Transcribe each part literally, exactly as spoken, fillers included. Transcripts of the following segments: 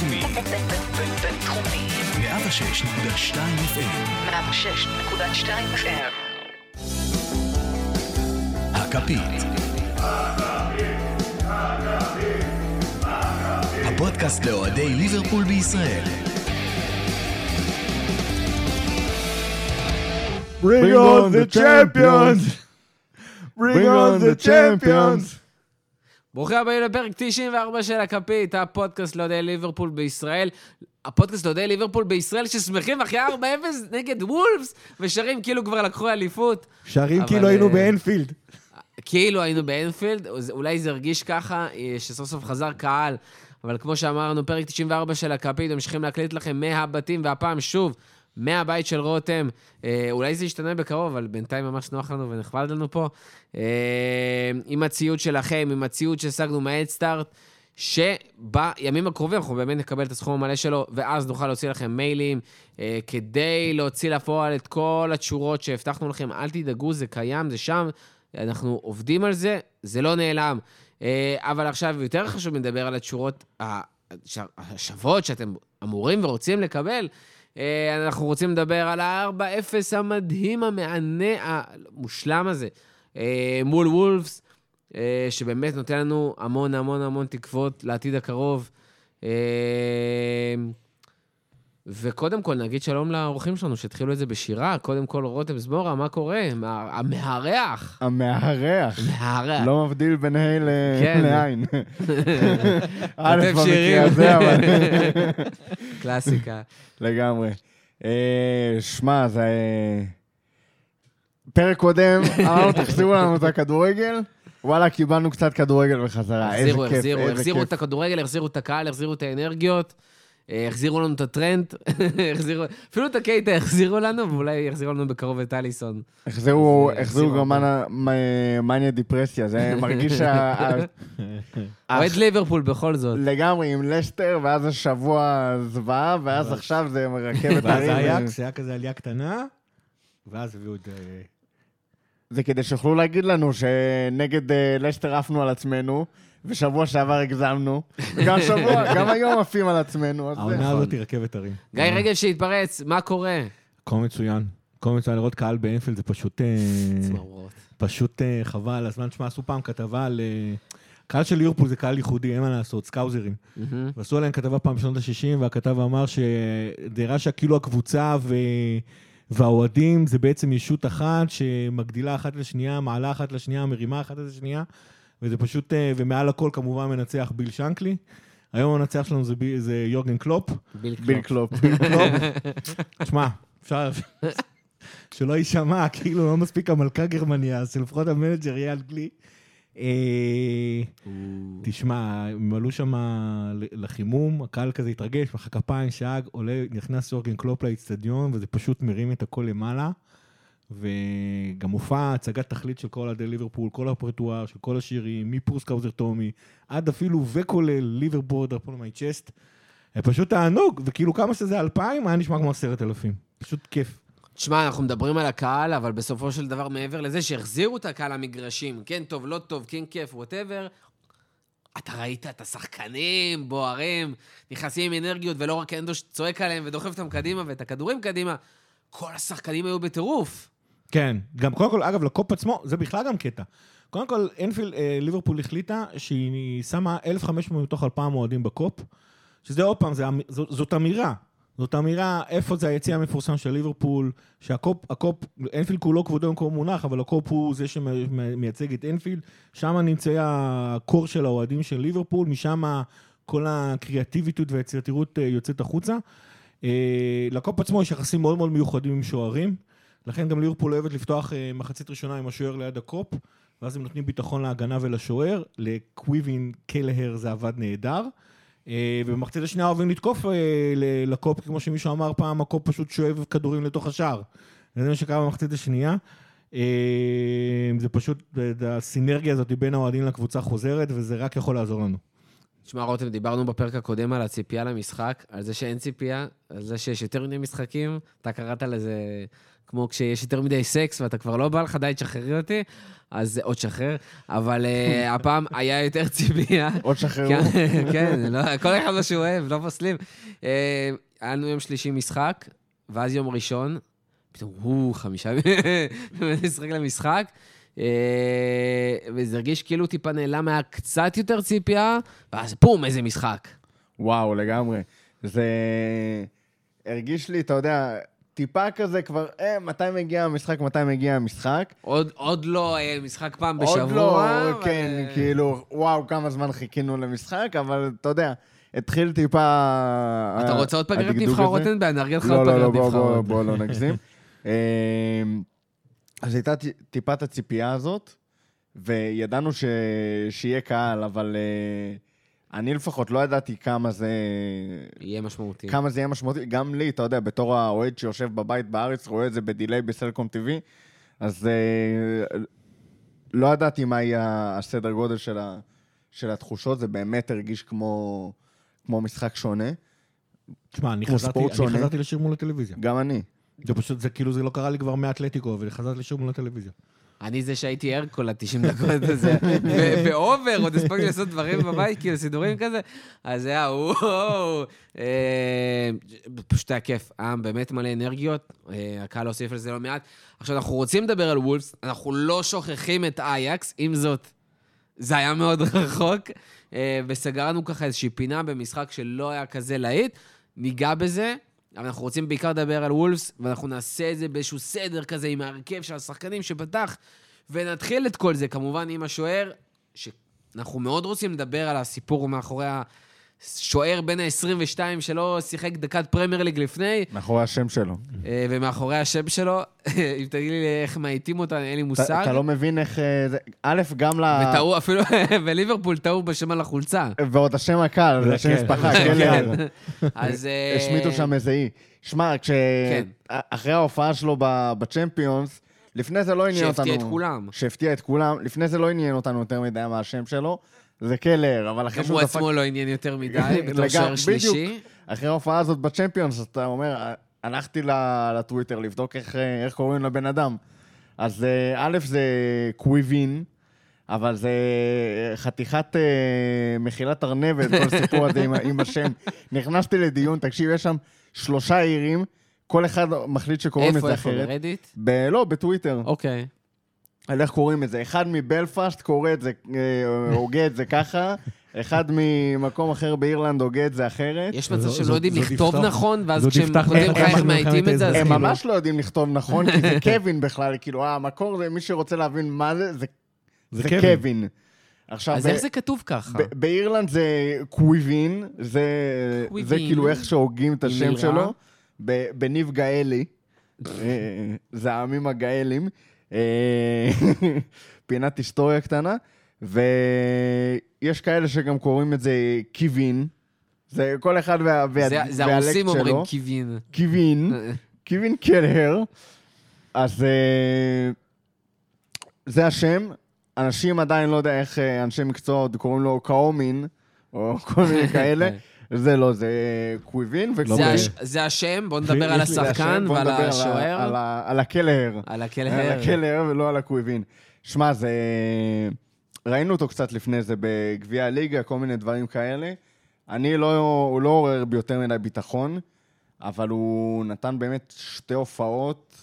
בינתחומי. בינתחומי. מאה ושש נקודה שתיים אף אם. מאה ושש נקודה שתיים אף אם. הכפית. הפודקאסט לאוהדי ליברפול בישראל. Bring on the champions! Bring on the champions! ברוכים הבאים לפרק תשעים וארבע של הכפית, הפודקאסט לאוהדי ליברפול בישראל. הפודקאסט לאוהדי ליברפול בישראל ששמחים אחרי ארבע אפס נגד וולפס, ושרים כאילו כבר לקחו אליפות. שרים כאילו היינו באנפילד. כאילו היינו באנפילד, אולי זה הרגיש ככה שסוף סוף חזר קהל, אבל כמו שאמרנו, פרק תשעים וארבע של הכפית, ממשיכים להקליט לכם מהבתים, והפעם שוב, מהבית של רותם. אה, אולי זה ישתנה בקרוב, אבל בינתיים ממש נוח לנו ונחמד לנו פה. אה, עם הציוד שלכם, עם הציוד שהשגנו מההדסטארט, שבימים הקרובים אנחנו באמת נקבל את הסכום המלא שלו, ואז נוכל להוציא לכם מיילים, אה, כדי להוציא לפועל את כל התשורות שהבטחנו לכם. אל תדאגו, זה קיים, זה שם, אנחנו עובדים על זה, זה לא נעלם. אה, אבל עכשיו יותר חשוב לדבר על התשורות השוות שאתם אמורים ורוצים לקבל. אנחנו רוצים לדבר על ה-ארבע אפס המדהים, המענה, המושלם הזה, מול וולפס, שבאמת נותן לנו המון המון המון תקוות לעתיד הקרוב. וקודם כל נגיד שלום לאורחים שלנו שהתחילו את זה בשירה. קודם כל רותם זמורה, מה קורה? המארח. המארח. המארח. לא מבדיל בין ה' לעין. כותב שירים. קלאסיקה. לגמרי. שמע, זה... פרק קודם, אמרנו תחזירו לנו את הכדורגל, וואלה, קיבלנו קצת כדורגל בחזרה. החזירו, החזירו, החזירו את הכדורגל, החזירו את הקהל, החזירו את האנרגיות, החזירו לנו את הטרנד, אפילו את הקייטה החזירו לנו, ואולי יחזירו לנו בקרוב את אליסון. החזירו גם מניה דיפרסיה, זה מרגיש אוהד ליברפול בכל זאת. לגמרי, עם לשטר, ואז השבוע זוועה, ואז עכשיו זה רכבת הרים. ואז אייקס, היה כזה עלייה קטנה, ואז הביאו את... זה כדי שיוכלו להגיד לנו שנגד לשטר עפנו על עצמנו, ושבוע שעבר הגזמנו, גם שבוע, גם היום עפים על עצמנו. העונה הזאת היא רכבת הרים. גיא רגל שהתפרץ, מה קורה? כה מצוין. כה מצוין לראות קהל באנפילד, זה פשוט... פשוט חבל. הזמן שמה עשו פעם כתבה על... קהל של ליברפול זה קהל ייחודי, אין מה לעשות, סקאוזרים. ועשו עליהם כתבה פעם בשנות ה-שישים, והכתב אמר שדרה שכאילו הקבוצה והאוהדים זה בעצם ישות אחת, שמגדילה אחת לשנייה, מעלה אחת לשנייה, מרימה אחת לשנייה, וזה פשוט, ומעל הכל כמובן מנצח ביל שנקלי. היום המנצח שלנו זה, זה יורגן קלופ. ביל ביל קלופ. ביל קלופ. תשמע, אפשר... שלא יישמע, כאילו לא מספיק המלכה גרמניה, אז שלפחות המנג'ר יהיה אנגלי. תשמע, הם עלו שם לחימום, הקהל כזה התרגש, מחא כפיים, שאג, עולה, נכנס יורגן קלופ לאצטדיון, וזה פשוט מרים את הכל למעלה. וגם הופעה, הצגת תכלית של כל עדי ליברפול, כל הפרטואר, של כל השירים, מפרוס קאוזר טומי, עד אפילו וכולל ליברפול, דרפול מי צ'סט. פשוט תענוג, וכאילו כמה שזה אלפיים, היה נשמע כמו עשרת אלפים. פשוט כיף. תשמע, אנחנו מדברים על הקהל, אבל בסופו של דבר מעבר לזה שהחזירו את הקהל למגרשים, כן טוב, לא טוב, כן כיף, whatever, אתה ראית את השחקנים, בוערים, נכנסים עם אנרגיות, ולא רק אנדו שצועק עליהם ודוחף אותם קדימה, ואת הכדורים קדימה, כל השחקנים היו בטירוף. כן, גם קודם כל, אגב, לקופ עצמו, זה בכלל גם קטע. קודם כל, אנפילד, ליברפול החליטה שהיא שמה אלף וחמש מאות מתוך אלפיים מועדים בקופ, שזה עוד פעם, זאת אמירה. זאת אמירה, איפה זה היציאה המפורסם של ליברפול, שהקופ, הקופ, אנפילד כולו כבודו במקום מונח, אבל הקופ הוא זה שמייצג את אנפילד, שם נמצא הקור של האוהדים של ליברפול, משם כל הקריאטיביטות והיצירתיות יוצאת החוצה. לקופ עצמו יש יחסים מאוד מאוד מיוחדים עם שוערים, לכן גם ליברפול אוהבת לפתוח מחצית ראשונה עם השוער ליד הקופ, ואז הם נותנים ביטחון להגנה ולשוער, לקוויבין קלהר זה עבד נהדר, ובמחצית השנייה אוהבים לתקוף לקופ, כמו שמישהו אמר פעם, הקופ פשוט שואב כדורים לתוך השער. זה מה שקרה במחצית השנייה. זה פשוט, הסינרגיה הזאת בין האוהדים לקבוצה חוזרת, וזה רק יכול לעזור לנו. תשמע רותם, דיברנו בפרק הקודם על הציפייה למשחק, על זה שאין ציפייה, על זה שיש יותר מיני משחקים, אתה קראת לזה כמו כשיש יותר מדי סקס ואתה כבר לא בא לך, די תשחררי אותי, אז עוד שחרר, אבל uh, הפעם היה יותר ציפייה. עוד שחררו. כן, כן, לא, כל אחד מה שהוא אוהב, לא פוסלים. Uh, היה לנו יום שלישי משחק, ואז יום ראשון, פתאום, הוא, חמישה, נשחק למשחק, uh, וזה הרגיש כאילו טיפה נעלם, היה קצת יותר ציפייה, ואז פום, איזה משחק. וואו, לגמרי. זה הרגיש לי, אתה יודע, טיפה כזה כבר, אה, מתי מגיע המשחק, מתי מגיע המשחק. עוד, עוד לא אה, משחק פעם בשבוע. עוד לא, אבל... כן, כאילו, וואו, כמה זמן חיכינו למשחק, אבל אתה יודע, התחיל טיפה... אתה רוצה עוד פגרת הדגדוג נבחרות? הזה. אין בעיה, נארגן לך לא, עוד לא, לא, פגרת בוא, בוא, נבחרות. בוא לא נגזים. אז הייתה טיפת הציפייה הזאת, וידענו ש... שיהיה קהל, אבל uh, אני לפחות לא ידעתי כמה זה... יהיה משמעותי. כמה זה יהיה משמעותי. גם לי, אתה יודע, בתור האוהד שיושב בבית בארץ, רואה את זה בדילי בסלקום טיווי, אז uh, לא ידעתי מה יהיה הסדר גודל של, ה... של התחושות, זה באמת הרגיש כמו, כמו משחק שונה. תשמע, אני כמו חזרתי, ספורט אני שונה. חזרתי לשיר מול הטלוויזיה. גם אני. זה פשוט, זה כאילו, זה לא קרה לי כבר מאתלטיקו, וחזרתי לשיר מול הטלוויזיה. אני זה שהייתי ער כל ה-תשעים דקות הזה, ואובר, עוד הספקתי לעשות דברים בבית, כאילו סידורים כזה, אז זה היה, וואו, פשוט היה כיף, היה באמת מלא אנרגיות, הקהל הוסיף על זה לא מעט. עכשיו, אנחנו רוצים לדבר על וולפס, אנחנו לא שוכחים את אייקס, עם זאת, זה היה מאוד רחוק, וסגרנו ככה איזושהי פינה במשחק שלא היה כזה להיט, ניגע בזה, אבל אנחנו רוצים בעיקר לדבר על וולפס, ואנחנו נעשה את זה באיזשהו סדר כזה עם ההרכב של השחקנים שפתח, ונתחיל את כל זה, כמובן עם השוער, שאנחנו מאוד רוצים לדבר על הסיפור מאחורי השוער בין ה-עשרים ושתיים שלא שיחק דקת פרמייר ליג לפני. מאחורי השם שלו. ומאחורי השם שלו, אם תגיד לי איך מאיתים אותה, אין לי מושג. אתה לא מבין איך... א', גם ל... וטעו, אפילו בליברפול טעו בשם על החולצה. ועוד השם הקל, זה השם משפחה, קלר. אז... השמיטו שם איזה אי. שמע, אחרי ההופעה שלו בצ'מפיונס, לפני זה לא עניין אותנו... שהפתיע את כולם. שהפתיע את כולם. לפני זה לא עניין אותנו יותר מדי מהשם שלו. זה קלר, אבל אחרי גם שהוא הוא דפק... עצמו לא עניין יותר מדי, בתור שער שלישי. אחרי ההופעה הזאת בצ'מפיונס, אתה אומר, הלכתי לטוויטר לבדוק איך קוראים לבן אדם. אז א', זה קוויבין, אבל זה חתיכת מחילת ארנבת, כל סיפור הזה עם השם. נכנסתי לדיון, תקשיב, יש שם שלושה עירים, כל אחד מחליט שקוראים את זה אחרת. איפה, איפה, ברדיט? לא, בטוויטר. אוקיי. על איך קוראים את זה. אחד מבלפאסט קורא את זה, הוגה את זה ככה, אחד ממקום אחר באירלנד הוגה את זה אחרת. יש מצב שהם לא יודעים לכתוב נכון, ואז כשהם כותבים לך איך מעיתים את זה, אז הם כאילו... ממש לא יודעים לכתוב נכון, כי זה קווין בכלל, כאילו, המקור זה, מי שרוצה להבין מה זה, זה קווין. אז איך זה כתוב ככה? באירלנד זה קוויבין, זה כאילו איך שהוגים את השם שלו, בניב גאלי, זה העמים הגאלים, פינת היסטוריה קטנה, ויש כאלה שגם קוראים את זה קיווין, זה כל אחד והדיאלקט שלו. זה הרוסים אומרים קיווין. קיווין, קיווין קלר, אז זה השם, אנשים עדיין לא יודע איך אנשי מקצוע קוראים לו קאומין, או כל מיני כאלה, זה לא, זה קוויבין וקוויבין. זה השם, בוא נדבר על השחקן ועל השוער. על הקלר. על הקלר. על הקלר ולא על הקוויבין. שמע, זה... ראינו אותו קצת לפני זה בגביע הליגה, כל מיני דברים כאלה. אני לא, הוא לא עורר ביותר מדי ביטחון, אבל הוא נתן באמת שתי הופעות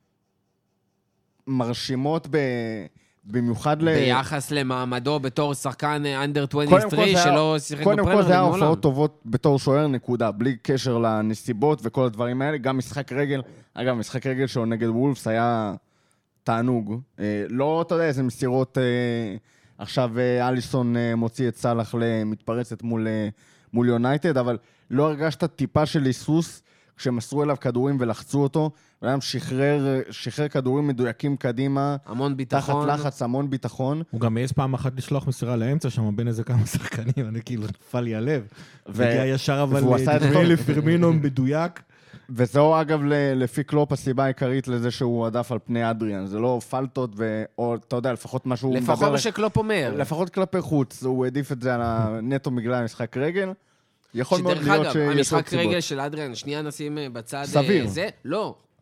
מרשימות ב... במיוחד ל... ביחס למעמדו בתור שחקן אנדר עשרים ושלוש שלא שיחק בפרמייר ליג מעולם. קודם כל זה היה הופעות טובות בתור שוער, נקודה, בלי קשר לנסיבות וכל הדברים האלה. גם משחק רגל, אגב, משחק רגל שלו נגד וולפס היה תענוג. לא, אתה יודע, איזה מסירות, עכשיו אליסון מוציא את סלאח למתפרצת מול, מול יונייטד, אבל לא הרגשת טיפה של היסוס כשמסרו אליו כדורים ולחצו אותו, ולהם שחרר, שחרר כדורים מדויקים קדימה. המון ביטחון. תחת לחץ, המון ביטחון. הוא גם מעז פעם אחת לשלוח מסירה לאמצע, שם בין איזה כמה שחקנים, אני כאילו נפל לי הלב. והגיע ישר אבל לפרמינו מדויק. וזהו אגב לפי קלופ הסיבה העיקרית לזה שהוא עדף על פני אדריאן. זה לא פלטות, או אתה יודע, לפחות מה שהוא מדבר. לפחות מה שקלופ אומר. לפחות כלפי חוץ, הוא העדיף את זה על הנטו בגלל המשחק רגל. יכול מאוד להיות שיש עוד סיבות. המשחק רגל של אדריאן, שנייה נשים בצד סביר. זה, לא.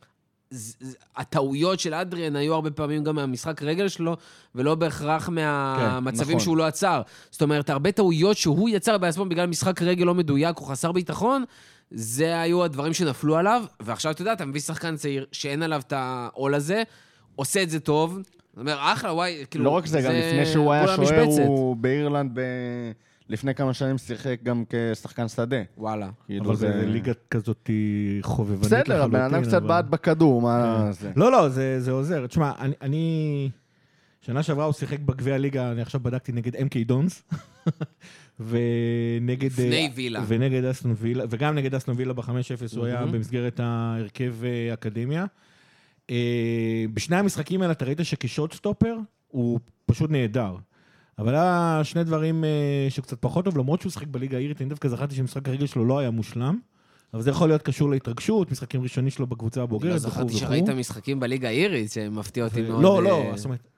הטעויות של אדריאן היו הרבה פעמים גם מהמשחק רגל שלו, ולא בהכרח מהמצבים נכון. שהוא לא עצר. זאת אומרת, הרבה טעויות שהוא יצר בעצמו בגלל משחק רגל לא מדויק, הוא חסר ביטחון, זה היו הדברים שנפלו עליו, ועכשיו אתה יודע, אתה מביא שחקן צעיר שאין עליו את העול הזה, עושה את זה טוב, זאת אומרת, אחלה, וואי, כאילו... לא רק זה, גם לפני שהוא היה שוער, הוא באירלנד ב... לפני כמה שנים שיחק גם כשחקן שדה. וואלה. אבל זה ליגה כזאת חובבנית לחלוטין. בסדר, הבן אדם קצת בעט בכדור, מה זה? לא, לא, זה עוזר. תשמע, אני... שנה שעברה הוא שיחק בגביע הליגה, אני עכשיו בדקתי נגד אם קיי דונס, ונגד... לפני וילה. ונגד אסטון וילה, וגם נגד אסטון וילה ב-חמש אפס הוא היה במסגרת ההרכב אקדמיה. בשני המשחקים האלה אתה ראית שכשוט סטופר הוא פשוט נהדר. אבל היה שני דברים שקצת פחות טוב, למרות שהוא שחק בליגה האירית, אני דווקא זכרתי שמשחק הרגל שלו לא היה מושלם, אבל זה יכול להיות קשור להתרגשות, משחקים ראשונים שלו בקבוצה הבוגרת, לא זכרתי שראית משחקים בליגה האירית, שמפתיע אותי מאוד. לא, לא, זאת אומרת...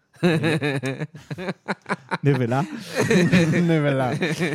נבלה. נבלה.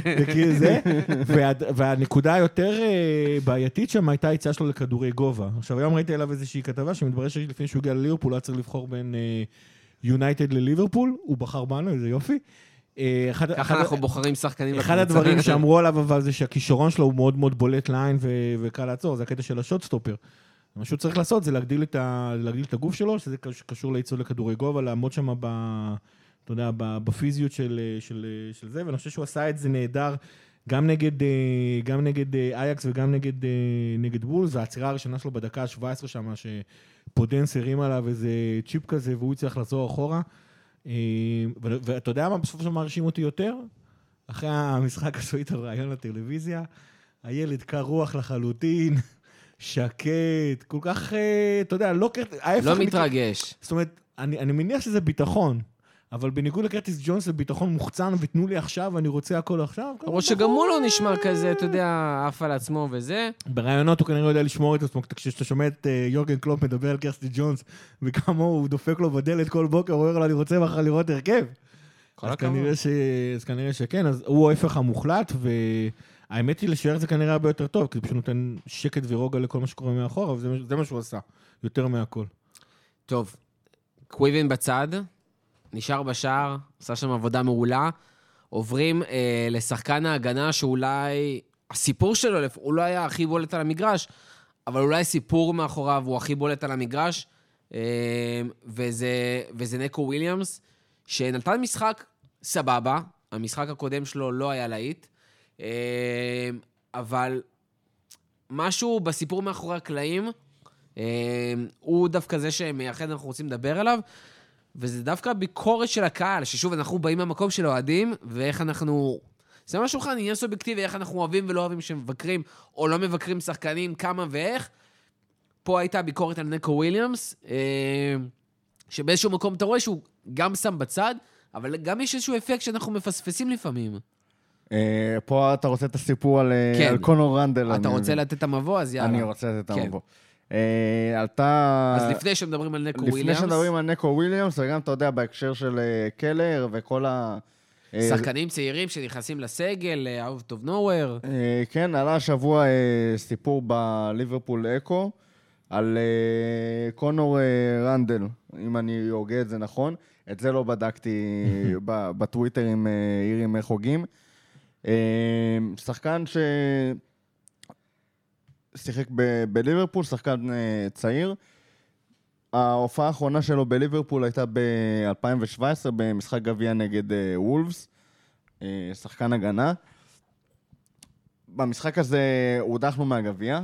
והנקודה היותר בעייתית שם הייתה היציאה שלו לכדורי גובה. עכשיו, היום ראיתי עליו איזושהי כתבה, שמתברר שלפני שהוא הגיע לליברפול, הוא היה צריך לבחור בין יונייטד לליברפול, הוא בחר בנו, איזה יופי. ככה אנחנו בוחרים שחקנים. אחד הדברים שאמרו עליו אבל זה שהכישרון שלו הוא מאוד מאוד בולט לעין וקל לעצור, זה הקטע של השוט סטופר. מה שהוא צריך לעשות זה להגדיל את, ה... להגדיל את הגוף שלו, שזה קשור ליצוא לכדורי גובה, לעמוד שם ב... אתה יודע, בפיזיות של, של, של זה, ואני חושב שהוא עשה את זה נהדר, גם נגד, גם נגד אייקס וגם נגד, נגד וולס, והעצירה הראשונה שלו בדקה ה-שבע עשרה שם, שפודנס הרים עליו איזה צ'יפ כזה, והוא יצטרך לחזור אחורה. ואתה יודע מה בסוף שם מרשים אותי יותר? אחרי המשחק עשו איתו רעיון לטלוויזיה, הילד קר רוח לחלוטין, שקט, כל כך, אתה יודע, לא... לא מתרגש. זאת אומרת, אני, אני מניח שזה ביטחון, אבל בניגוד לקרטיס ג'ונס זה ביטחון מוחצן, ותנו לי עכשיו, אני רוצה הכל עכשיו. למרות שגם הוא לא נשמע כזה, אתה יודע, עף על עצמו וזה. ברעיונות הוא כנראה יודע לשמור את עצמו, כשאתה שומע את יורגן קלופ מדבר על קרטיס ג'ונס, וכמה הוא דופק לו בדלת כל בוקר, הוא אומר לו, אני רוצה מחר לראות הרכב. אז כנראה, ש... אז כנראה שכן, אז הוא ההפך המוחלט, והאמת היא לשער זה כנראה הרבה יותר טוב, כי זה פשוט נותן שקט ורוגע לכל מה שקורה מאחור, אבל זה, זה מה שהוא עשה, יותר מהכל. טוב, קוויבין בצד, נשאר בשער, עשה שם עבודה מעולה, עוברים אה, לשחקן ההגנה שאולי, הסיפור שלו, הוא לא היה הכי בולט על המגרש, אבל אולי סיפור מאחוריו הוא הכי בולט על המגרש, אה, וזה, וזה נקו וויליאמס, שנתן משחק סבבה, המשחק הקודם שלו לא היה להיט, אה, אבל משהו בסיפור מאחורי הקלעים, אה, הוא דווקא זה שמייחד אנחנו רוצים לדבר עליו, וזה דווקא ביקורת של הקהל, ששוב, אנחנו באים מהמקום של אוהדים, ואיך אנחנו... זה משהו כאן, עניין סובייקטיבי, איך אנחנו אוהבים ולא אוהבים שמבקרים, או לא מבקרים שחקנים, כמה ואיך. פה הייתה ביקורת על נקו וויליאמס, שבאיזשהו מקום אתה רואה שהוא גם שם בצד, אבל גם יש איזשהו אפקט שאנחנו מפספסים לפעמים. פה אתה רוצה את הסיפור על קונור רנדל. אתה רוצה לתת את המבוא, אז יאללה. אני רוצה לתת את המבוא. עלתה... אז לפני שמדברים על נקו וויליאמס... לפני שמדברים על נקו וויליאמס, וגם אתה יודע, בהקשר של קלר וכל ה... שחקנים צעירים שנכנסים לסגל, out of nowhere. כן, עלה השבוע סיפור בליברפול אקו, על קונור רנדל, אם אני הוגה את זה נכון. את זה לא בדקתי בטוויטר עם עירים חוגים. שחקן ש... שיחק בליברפול, שחקן צעיר. ההופעה האחרונה שלו בליברפול הייתה ב-אלפיים שבע עשרה במשחק גביע נגד וולפס, שחקן הגנה. במשחק הזה הודחנו מהגביע.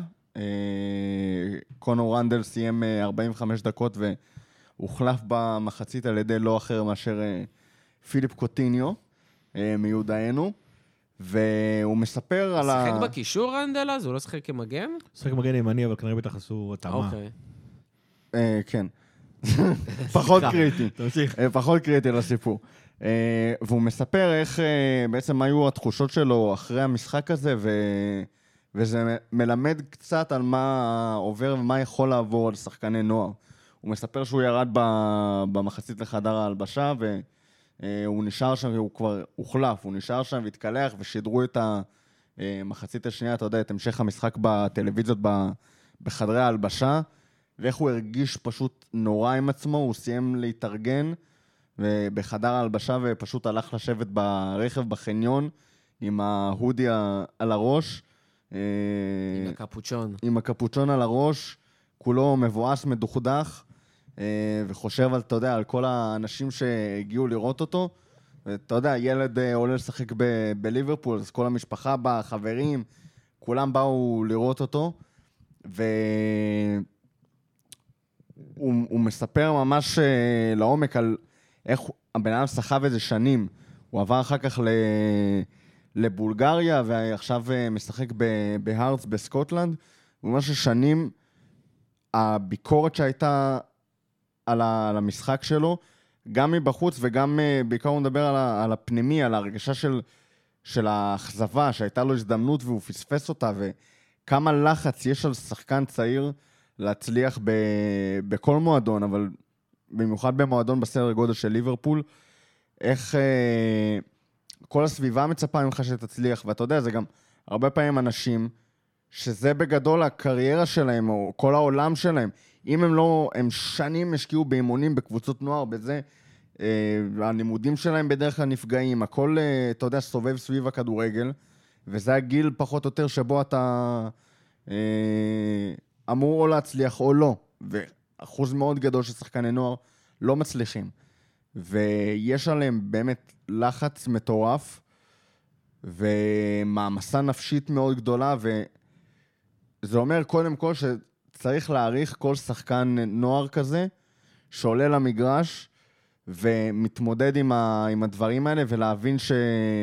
קונור רנדל סיים ארבעים וחמש דקות והוחלף במחצית על ידי לא אחר מאשר פיליפ קוטיניו מיודענו. והוא מספר על ה... שחק בקישור רנדל אז? הוא לא שחק כמגן? שחק כמגן ימני, אבל כנראה בטח עשו התאמה. אוקיי. כן. פחות קריטי. פחות קריטי לסיפור. והוא מספר איך בעצם היו התחושות שלו אחרי המשחק הזה, וזה מלמד קצת על מה עובר ומה יכול לעבור על שחקני נוער. הוא מספר שהוא ירד במחצית לחדר ההלבשה, ו... הוא נשאר שם, והוא כבר הוחלף, הוא נשאר שם והתקלח ושידרו את המחצית השנייה, אתה יודע, את המשך המשחק בטלוויזיות בחדרי ההלבשה, ואיך הוא הרגיש פשוט נורא עם עצמו, הוא סיים להתארגן, ובחדר ההלבשה ופשוט הלך לשבת ברכב בחניון, עם ההודי על הראש. עם הקפוצ'ון. עם הקפוצ'ון על הראש, כולו מבואס, מדוכדך, וחושב על, אתה יודע, על כל האנשים שהגיעו לראות אותו, ואתה יודע, ילד עולה לשחק ב- בליברפול, אז כל המשפחה באה, חברים, כולם באו לראות אותו, והוא הוא מספר ממש לעומק על איך הבן אדם סחב איזה שנים. הוא עבר אחר כך ל... לבולגריה, ועכשיו משחק בהארטס בסקוטלנד. הוא אומר ששנים הביקורת שהייתה על המשחק שלו, גם מבחוץ וגם בעיקר הוא מדבר על הפנימי, על הרגשה של, של האכזבה, שהייתה לו הזדמנות והוא פספס אותה, וכמה לחץ יש על שחקן צעיר להצליח ב, בכל מועדון, אבל במיוחד במועדון בסדר גודל של ליברפול, איך אה, כל הסביבה מצפה ממך שתצליח, ואתה יודע, זה גם הרבה פעמים אנשים, שזה בגדול הקריירה שלהם, או כל העולם שלהם, אם הם לא, הם שנים השקיעו באימונים, בקבוצות נוער, בזה, אה, הלימודים שלהם בדרך כלל נפגעים, הכל, אה, אתה יודע, סובב סביב הכדורגל, וזה הגיל פחות או יותר שבו אתה אה, אמור או להצליח או לא, ואחוז מאוד גדול של שחקני נוער לא מצליחים, ויש עליהם באמת לחץ מטורף, ומעמסה נפשית מאוד גדולה, וזה אומר קודם כל ש... צריך להעריך כל שחקן נוער כזה, שעולה למגרש, ומתמודד עם, ה, עם הדברים האלה, ולהבין ש...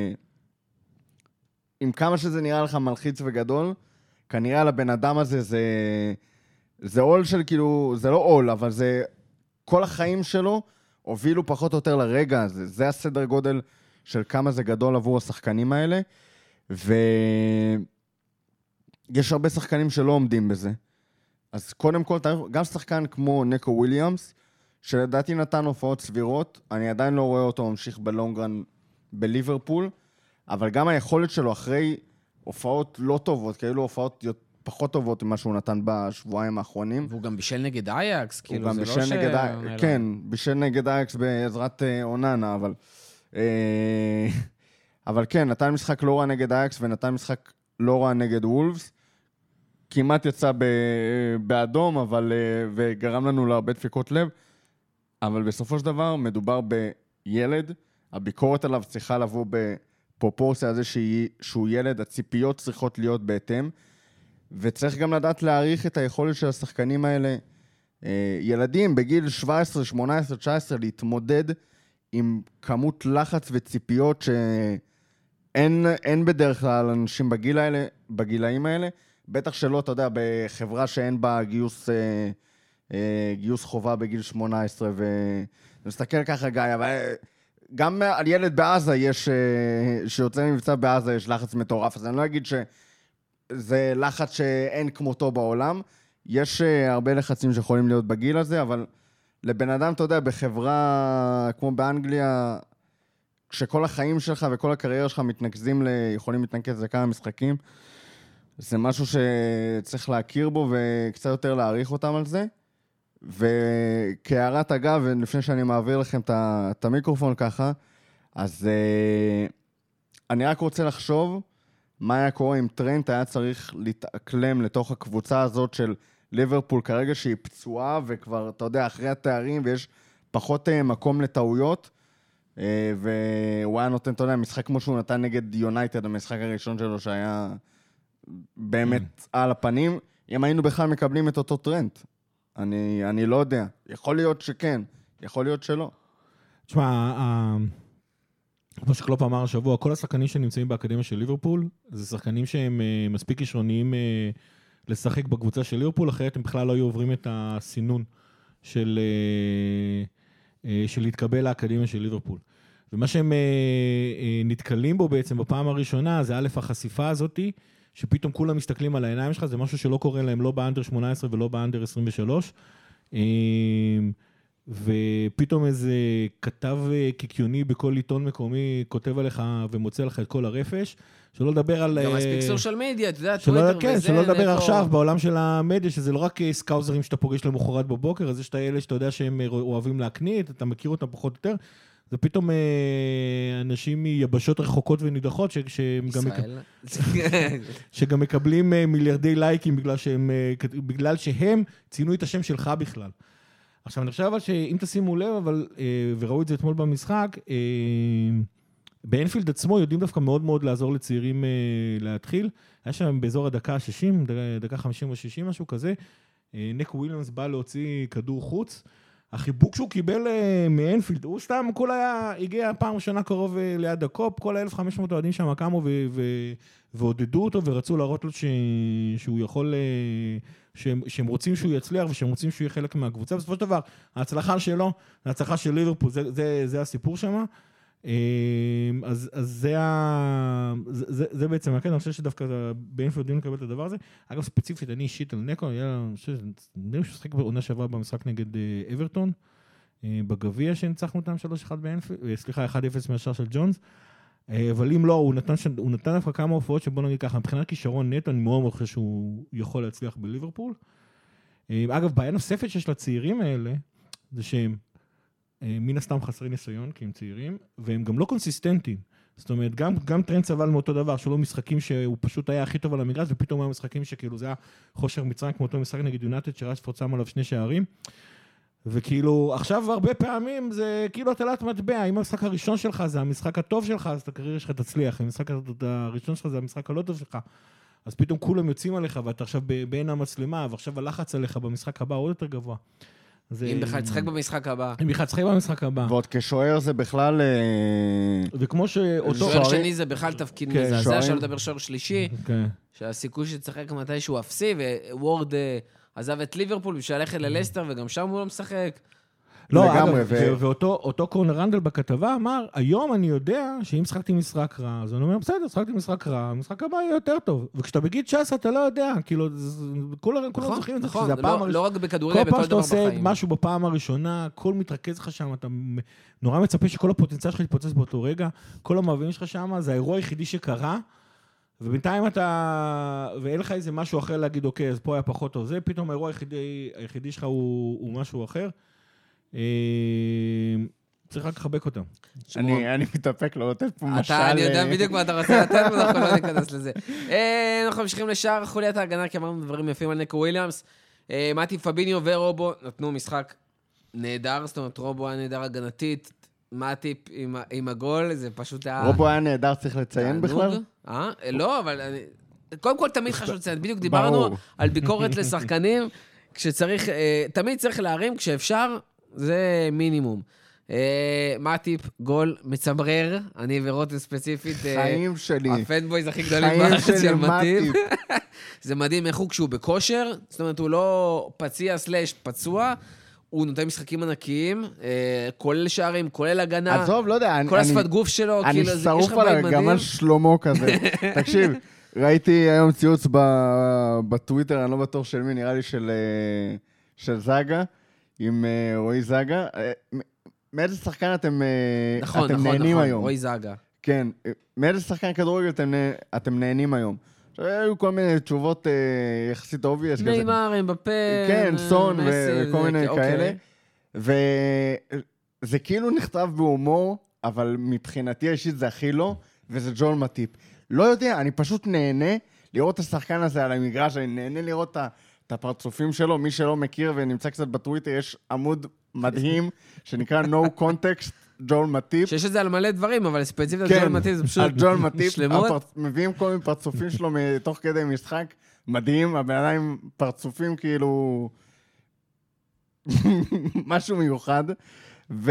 עם כמה שזה נראה לך מלחיץ וגדול, כנראה על הבן אדם הזה זה... זה עול של כאילו... זה לא עול, אבל זה... כל החיים שלו הובילו פחות או יותר לרגע הזה. זה הסדר גודל של כמה זה גדול עבור השחקנים האלה, ויש הרבה שחקנים שלא עומדים בזה. אז קודם כל, גם שחקן כמו ניקו וויליאמס, שלדעתי נתן הופעות סבירות, אני עדיין לא רואה אותו ממשיך בלונגרן בליברפול, אבל גם היכולת שלו אחרי הופעות לא טובות, כאילו הופעות פחות טובות ממה שהוא נתן בשבועיים האחרונים. והוא גם בישל נגד אייקס, כאילו זה לא ש... נגד... כן, בישל נגד אייקס בעזרת אוננה, אבל... אבל כן, נתן משחק לא רע נגד אייקס, ונתן משחק לא רע נגד וולפס, כמעט יצא באדום, אבל, וגרם לנו להרבה דפיקות לב, אבל בסופו של דבר מדובר בילד, הביקורת עליו צריכה לבוא בפרופורציה הזה שהוא ילד, הציפיות צריכות להיות בהתאם, וצריך גם לדעת להעריך את היכולת של השחקנים האלה, ילדים בגיל שבע עשרה, שמונה עשרה, תשע עשרה, להתמודד עם כמות לחץ וציפיות שאין אין בדרך כלל אנשים בגיל האלה, בגילאים האלה, בטח שלא, אתה יודע, בחברה שאין בה גיוס, אה, אה, גיוס חובה בגיל שמונה עשרה, ונסתכל ככה גיא, אבל גם על ילד בעזה יש, אה, שיוצא מבצע בעזה יש לחץ מטורף, אז אני לא אגיד שזה לחץ שאין כמותו בעולם, יש אה, הרבה לחצים שיכולים להיות בגיל הזה, אבל לבן אדם, אתה יודע, בחברה כמו באנגליה, כשכל החיים שלך וכל הקריירה שלך מתנקזים, ל... יכולים להתנקז לכמה משחקים, זה משהו שצריך להכיר בו וקצת יותר להעריך אותם על זה. וכהערת אגב, לפני שאני מעביר לכם את המיקרופון ככה, אז אני רק רוצה לחשוב מה היה קורה אם טרנט היה צריך להתאקלם לתוך הקבוצה הזאת של ליברפול כרגע שהיא פצועה וכבר, אתה יודע, אחרי התארים ויש פחות מקום לטעויות, והוא היה נותן, אתה יודע, משחק כמו שהוא נתן נגד יונייטד, המשחק הראשון שלו שהיה באמת על הפנים, אם היינו בכלל מקבלים את אותו טרנד. אני, אני לא יודע. יכול להיות שכן, יכול להיות שלא. תשמע, כמו שקלופ אמר השבוע, כל השחקנים שנמצאים באקדמיה של ליברפול, זה שחקנים שהם מספיק ראשוניים לשחק בקבוצה של ליברפול, אחרת הם בכלל לא היו עוברים את הסינון של, של להתקבל לאקדמיה של ליברפול. ומה שהם נתקלים בו בעצם בפעם הראשונה, זה א' החשיפה הזאת, שפתאום כולם מסתכלים על העיניים שלך, זה משהו שלא קורה להם לא באנדר שמונה עשרה ולא באנדר עשרים ושלוש. ופתאום איזה כתב קיקיוני בכל עיתון מקומי כותב עליך ומוצא לך את כל הרפש, שלא לדבר על... גם מספיק סושיאל מדיה, אתה יודע, טוויטר וזה. כן, שלא לדבר עכשיו בעולם של המדיה, שזה לא רק סקאוזרים שאתה פוגש למחרת בבוקר, אז יש את האלה שאתה יודע שהם אוהבים להקנית, אתה מכיר אותם פחות או יותר, זה פתאום אנשים מיבשות רחוקות ונידחות, שגם מקבלים מיליארדי לייקים בגלל שהם ציינו את השם שלך בכלל. עכשיו, אני חושב אבל שאם תשימו לב, אבל, וראו את זה אתמול במשחק, באנפילד עצמו יודעים דווקא מאוד מאוד לעזור לצעירים להתחיל. היה שם באזור הדקה ה-שישים, דקה חמישים ו-שישים, משהו כזה. נק וויליאמס בא להוציא כדור חוץ. החיבוק שהוא קיבל מאנפילד, הוא סתם, כול היה, הגיע פעם ראשונה קרוב ליד הקופ, כל ה-אלף וחמש מאות אוהדים שם קמו ועודדו אותו ורצו להראות לו שהוא יכול... שהם, שהם רוצים שהוא יצליח ושהם רוצים שהוא יהיה חלק מהקבוצה. בסופו של דבר, ההצלחה שלו, ההצלחה של ליברפול, זה, זה, זה הסיפור שם. אז, אז זה, ה, זה, זה, זה בעצם, אני חושב שדווקא באנפילד יודעים לקבל את הדבר הזה. אגב, ספציפית, אני אישית על נקו, אני חושב ששחק בעונה שעברה במשחק נגד אברטון, בגביע שניצחנו אותם שלוש אחת באנפילד, סליחה, אחד אפס מהשאר של ג'ונס. אבל אם לא, הוא נתן, הוא נתן דווקא כמה הופעות שבוא נגיד ככה, מבחינת כישרון נטו, אני מאוד מאוד חושב שהוא יכול להצליח בליברפול. אגב, בעיה נוספת שיש לצעירים האלה, זה שהם מן הסתם חסרי ניסיון, כי הם צעירים, והם גם לא קונסיסטנטיים. זאת אומרת, גם, גם טרנד סבל מאותו דבר, שלא משחקים שהוא פשוט היה הכי טוב על המגרש, ופתאום היה משחקים שכאילו זה היה חושר מצרים, כמו אותו משחק נגד יונייטד, שרשפורד שם עליו שני שערים. וכאילו, עכשיו הרבה פעמים זה כאילו הטלת מטבע, אם המשחק הראשון שלך זה המשחק הטוב שלך, אז את הקריירה שלך תצליח, אם המשחק הראשון שלך זה המשחק הלא טוב שלך, אז פתאום כולם יוצאים עליך, ואתה עכשיו בין המצלמה, ועכשיו הלחץ עליך במשחק הבא עוד יותר גבוה. אם בכלל תשחק במשחק הבא. אם בכלל תשחק במשחק הבא. ועוד כשוער זה בכלל... וכמו שאותו... שוער שני זה בכלל תפקיד מזעזע, שלא לדבר שוער שלישי, שהסיכוי שתשחק מתישהו אפסי, וורד... עזב את ליברפול בשביל ללכת ללסטר, וגם שם הוא לא משחק. לא, אגב, ואותו קורנר רנדל בכתבה אמר, היום אני יודע שאם שחקתי משחק רע, אז אני אומר, בסדר, שחקתי משחק רע, המשחק הבא יהיה יותר טוב. וכשאתה בגיל תשע עשרה, אתה לא יודע, כאילו, כולם זוכרים את זה, שזה הפעם הראשונה. לא רק בכדורגל, בכל דבר בחיים. כל פעם שאתה עושה משהו בפעם הראשונה, הכל מתרכז לך שם, אתה נורא מצפה שכל הפוטנציאל שלך יתפוצץ באותו רגע, כל המאבקים שלך שם, זה האירוע היחידי שקרה, ובינתיים אתה, ואין לך איזה משהו אחר להגיד, אוקיי, אז פה היה פחות טוב. זה פתאום האירוע היחידי, היחידי שלך הוא, הוא משהו אחר. צריך רק לחבק אותם. אני, אני מתאפק לא לתת פה משל... אתה, אני יודע בדיוק מה אתה רוצה לתת, ואנחנו לא ניכנס לזה. אנחנו ממשיכים לשאר חוליית ההגנה, כי אמרנו דברים יפים על נקו וויליאמס. מתי פביניו ורובו נתנו משחק נהדר, זאת אומרת, רובו היה נהדר הגנתית, מטיפ עם, עם הגול, זה פשוט היה... רובו היה נהדר, צריך לציין בכלל? אה? לא, אבל אני... קודם כל, תמיד חשוב לציין, בדיוק דיברנו על ביקורת לשחקנים, כשצריך, תמיד צריך להרים, כשאפשר, זה מינימום. מטיפ, גול מצמרר, אני ורוטן ספציפית, חיים שלי. הפנבויז הכי גדולים בארץ של מטיפ. זה מדהים איך הוא כשהוא בכושר, זאת אומרת, הוא לא פציע סלש פצוע, הוא נותן משחקים ענקיים, כולל שערים, כולל הגנה, עזוב, לא יודע, כל השפת גוף שלו, אני שרוף עליו גם על שלמה כזה. תקשיב, ראיתי היום ציוץ בטוויטר, אני לא בטוח של מי, נראה לי של זאגה, עם רועי זאגה. מאיזה שחקן אתם נהנים היום? רועי זאגה. כן, מאיזה שחקן כדורגל אתם נהנים היום? היו כל מיני תשובות יחסית אובייס. נאמר, אמבפה, כן, סון וכל מיני כאלה. וזה כאילו נכתב בהומור, אבל מבחינתי האישית זה הכי לא, וזה ג'ון מטיפ. לא יודע, אני פשוט נהנה לראות את השחקן הזה על המגרש, אני נהנה לראות את הפרצופים שלו. מי שלא מכיר ונמצא קצת בטוויטר, יש עמוד מדהים שנקרא No Context ג'ון מטיפ. שיש את זה על מלא דברים, אבל ספציפית על ג'ון מטיפ זה פשוט על ג'ון מטיפ, מביאים כל מיני פרצופים שלו מתוך כדי משחק, מדהים, הבן אדם עם פרצופים כאילו משהו מיוחד, ו...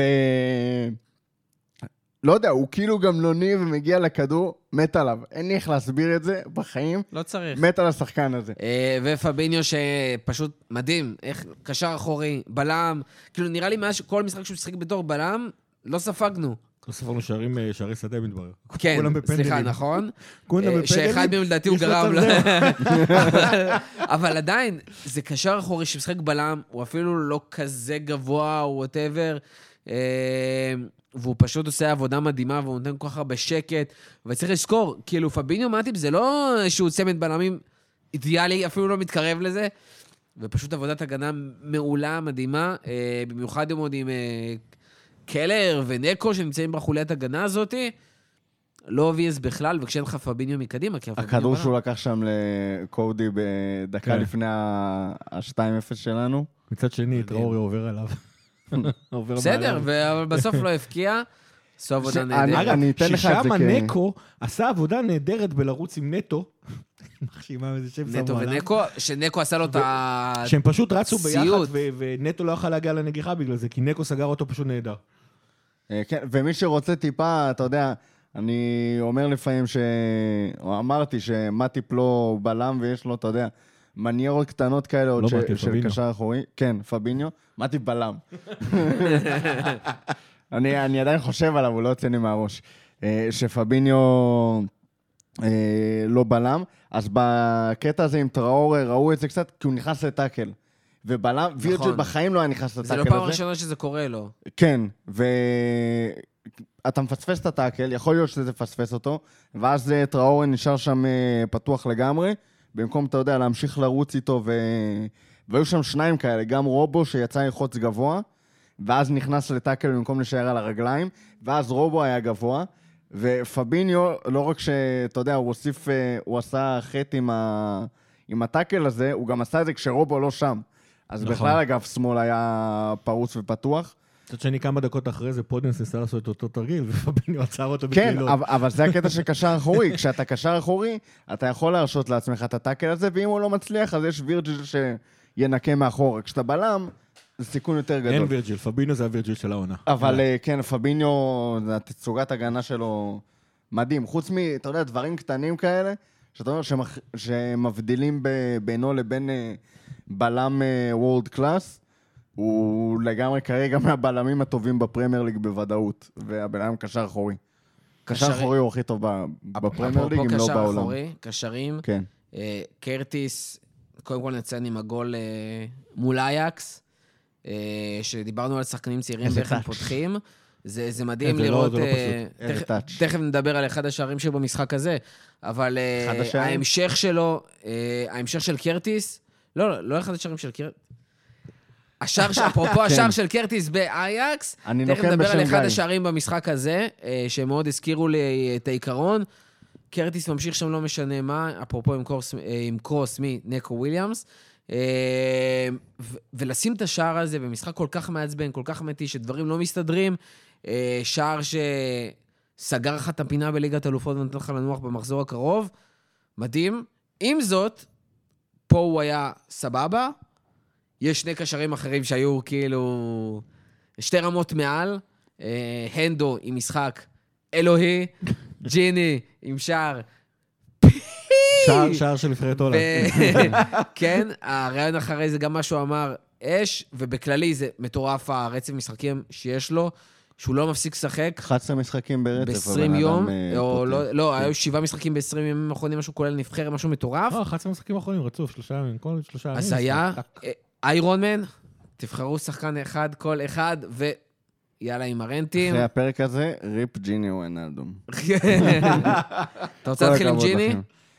לא יודע, הוא כאילו גם גמלוני ומגיע לכדור, מת עליו. אין לי איך להסביר את זה בחיים. לא צריך. מת על השחקן הזה. ופביניו שפשוט מדהים, איך קשר אחורי, בלם, כאילו נראה לי כל משחק שהוא משחק בתור בלם, לא ספגנו. לא ספרנו שערים, שערי שדה מתברר. כן, כולם בפנדלים. סליחה, נכון. כולם בפנדלים. שאחד מהם לדעתי הוא יש גרם מצב לו. זהו. אבל עדיין, זה קשר אחורי שמשחק בלם, הוא אפילו לא כזה גבוה או whatever, והוא פשוט עושה עבודה מדהימה, והוא נותן כל כך הרבה שקט, וצריך לזכור, כאילו פביניו מאטיפ זה לא שהוא צמד בלמים אידיאלי, אפילו לא מתקרב לזה, ופשוט עבודת הגנה מעולה, מדהימה, במיוחד עם עוד עם קלר ונקו שנמצאים בחוליית הגנה הזאת, לא אובייס בכלל, וכשאין לך פביניו מקדימה, כי הכדור שהוא לקח שם לקודי בדקה לפני ה-שתיים אפס שלנו. מצד שני, טראורי עובר עליו. בסדר, אבל בסוף לא הפקיע, עשו עבודה נהדרת. אגב, ששמה נקו עשה עבודה נהדרת בלרוץ עם נטו, מחשימה איזה שם שמו נטו עליו. ונקו, שנקו עשה לו את הסיוט. שהם פשוט רצו ביחד, ונטו לא יכל להגיע לנגיחה בגלל זה, כי נקו סגר אותו פשוט נהדר. כן, ומי שרוצה טיפה, אתה יודע, אני אומר לפעמים ש... או אמרתי שמטיפ לא בלם ויש לו, אתה יודע, מניירות קטנות כאלה עוד של קשר אחורי. כן, פביניו. מטיפ בלם. אני עדיין חושב עליו, הוא לא יוצא לי מהראש. שפביניו לא בלם, אז בקטע הזה עם טראורי ראו את זה קצת, כי הוא נכנס לטאקל. ובלם, וירג'ל בחיים לא היה נכנס לטאקל הזה. זה לא פעם ראשונה שזה קורה לו. כן, ואתה מפספס את הטאקל, יכול להיות שזה תפספס אותו, ואז טראורי נשאר שם פתוח לגמרי, במקום, אתה יודע, להמשיך לרוץ איתו, ו... והיו שם שניים כאלה, גם רובו שיצא לחוץ גבוה, ואז נכנס לטאקל במקום להישאר על הרגליים, ואז רובו היה גבוה, ופביניו, לא רק שאתה יודע, הוא הוסיף, הוא עשה חטא עם, ה... עם הטאקל הזה, הוא גם עשה את זה כשרובו לא שם. אז נכון. בכלל אגב שמאל היה פרוץ ופתוח. זאת שאני כמה דקות אחרי זה פודנס ניסה לעשות את אותו תרגיל, ופביניו עצר אותו כן, בקלילות. אבל, אבל זה הקטע של קשר אחורי. כשאתה קשר אחורי, אתה יכול להרשות לעצמך את הטאקל הזה, ואם הוא לא מצליח, אז יש וירג'ל שינקה מאחורה. כשאתה בלם, זה סיכון יותר גדול. אין וירג'ל, פביניו זה הווירג'ל של העונה. אבל כן, פביניו, התצוגת הגנה שלו מדהים. חוץ מ, אתה יודע, דברים קטנים כאלה, שאתה אומר שמח... שמבדילים בינו לבין בלם וורד קלאס, הוא לגמרי כרגע מהבלמים הטובים בפרמייר ליג בוודאות, והבלם קשר אחורי. קשר אחורי הוא הכי טוב בפרמייר ליג, אם לא בעולם. קשר אחורי, קשרים. כן. קרטיס, קודם כל נציין עם הגול מול אייקס, שדיברנו על שחקנים צעירים ואיך הם פותחים. זה, זה מדהים לראות, תכף נדבר על אחד השערים שבו במשחק הזה, אבל ההמשך שלו, ההמשך של קרטיס, לא, לא אחד השערים של קרטיס, השער, אפרופו השער של קרטיס באייקס, תכף נדבר על אחד השערים במשחק הזה, שמאוד הזכירו לי את העיקרון, קרטיס ממשיך שם לא משנה מה, אפרופו עם קרוס, עם קרוס מנקו וויליאמס, ולשים את השער הזה במשחק כל כך מעצבן, כל כך מתיש, שדברים לא מסתדרים, שער שסגר לך את הפינה בליגת אלופות ונתן לך לנוח במחזור הקרוב, מדהים. עם זאת, פה הוא היה סבבה, יש שני קשרים אחרים שהיו כאילו שתי רמות מעל, הנדו עם משחק אלוהי, ג'יני עם שער שער, שער של נבחרת הולנד. כן, הרעיון אחרי זה גם מה שהוא אמר, אש, ובכללי זה מטורף הרצף משחקים שיש לו, שהוא לא מפסיק לשחק. אחת עשרה משחקים ברצף. ב-עשרים יום, או לא, לא, היו שבעה משחקים ב-עשרים ימים האחרונים, משהו כולל נבחרת, משהו מטורף. לא, אחת עשרה משחקים האחרונים רצוף, שלושה ימים, כל שלושה ימים. אז היה, איירון מן, תבחרו שחקן אחד, כל אחד, ויאללה עם הרנטים. אחרי הפרק הזה, ריפ ג'יני ווינאלדום. אתה רוצה להתחיל עם ג'יני?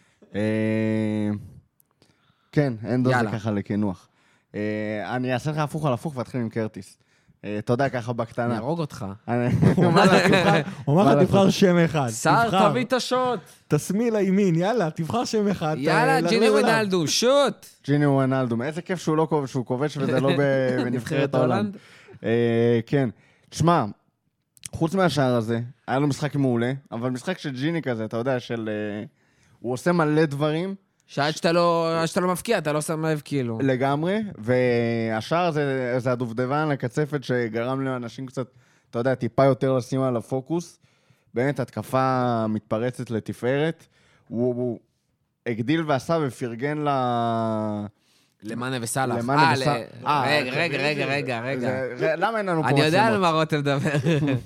כן, אין דו זה ככה לכינוח. אני אעשה לך הפוך על הפוך ואתחיל עם קרטיס. אתה יודע, ככה בקטנה. אני ארוג אותך. הוא אמר לך, תבחר שם אחד. שר, תביא את השוט. תסמי לימין, יאללה, תבחר שם אחד. יאללה, ג'יני ווינאלדום, שוט. ג'יני ווינאלדום. איזה כיף שהוא לא כובש, שהוא כובש וזה לא בנבחרת ההולנד. כן. תשמע, חוץ מהשער הזה, היה לו משחק מעולה, אבל משחק של ג'יני כזה, אתה יודע, של... הוא עושה מלא דברים. שעד שאתה לא, שאתה לא מפקיע, אתה לא שם לב כאילו. לגמרי, והשער הזה, זה הדובדבן לקצפת שגרם לאנשים קצת, אתה יודע, טיפה יותר לשים על הפוקוס. באמת, התקפה מתפרצת לתפארת. הוא, הוא הגדיל ועשה ופרגן ל... למאנה וסלאח. למאנה וסלאח. רגע, רגע, רגע, רגע, רגע. למה אין לנו פה... אני יודע על מה רותם מדבר.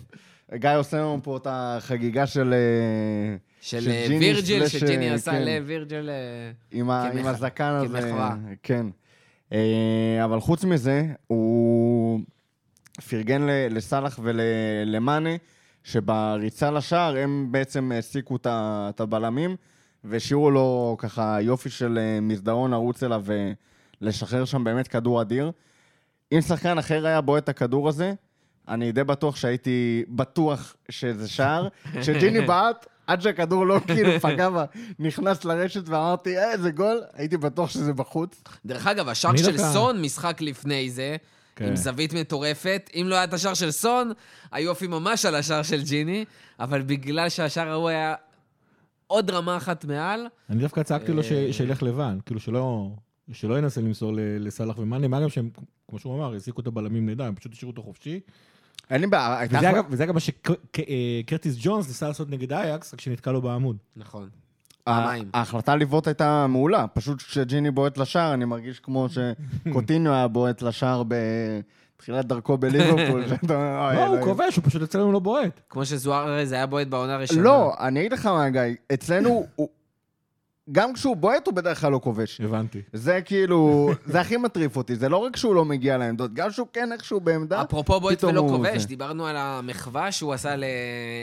גיא עושה לנו פה את החגיגה של... של וירג'יל, שג'יני עשה כן. לווירג'יל עם ה- עם הזקן הזה. כמחווה. כן. אה, אבל חוץ מזה, הוא פרגן ל- לסלח ולמאנה, שבריצה לשער הם בעצם העסיקו את ה- את הבלמים, והשאירו לו ככה יופי של אה, מסדרון לרוץ אליו ולשחרר שם באמת כדור אדיר. אם שחקן אחר היה בועט את הכדור הזה, אני די בטוח שהייתי בטוח שזה שער. כשג'יני בעט, עד שהכדור לא כאילו פגע בה, נכנס לרשת ואמרתי, אה, זה גול, הייתי בטוח שזה בחוץ. דרך אגב, השער אני של דווקא- סון, משחק לפני זה, כן. עם זווית מטורפת. אם לא היה את השער של סון, היופי ממש על השער של ג'יני, אבל בגלל שהשער ההוא היה עוד רמה אחת מעל, אני דווקא צעקתי לו ש- שילך לבן, כאילו שלא... שלא ינסה למסור ל- לסלח ומאנה, מה גם שהם, כמו שהוא אמר, העסיקו את הבלמים נדע, הם פשוט השאירו אותו חופשי. אין לי בעיה, הייתה... וזה אגב- וזה אגב מה שקרטיס ג'ונס ניסה לעשות נגד אייקס, רק שנתקע לו בעמוד. נכון. ה- פעמיים. ההחלטה לבעוט הייתה מעולה, פשוט כשג'יני בועט לשער, אני מרגיש כמו שקוטיניו היה בועט לשער בתחילת דרכו בליברפול. שאתה אומר, "אוי, לא, הוא אלוהים." כובש, הוא פשוט אצלנו לא בועט. כמו שזוארז היה בועט בעונה הראשונה. לא, אני אגיד לך מה, גיא, אצלנו, הוא- גם כשהוא בועט הוא בדרך כלל לא כובש. הבנתי. זה כאילו, זה הכי מטריף אותי, זה לא רק שהוא לא מגיע לעמדות, גם שהוא כן איכשהו בעמדה, אפרופו בועט פתאום ולא הוא כובש, זה. דיברנו על המחווה שהוא עשה ל...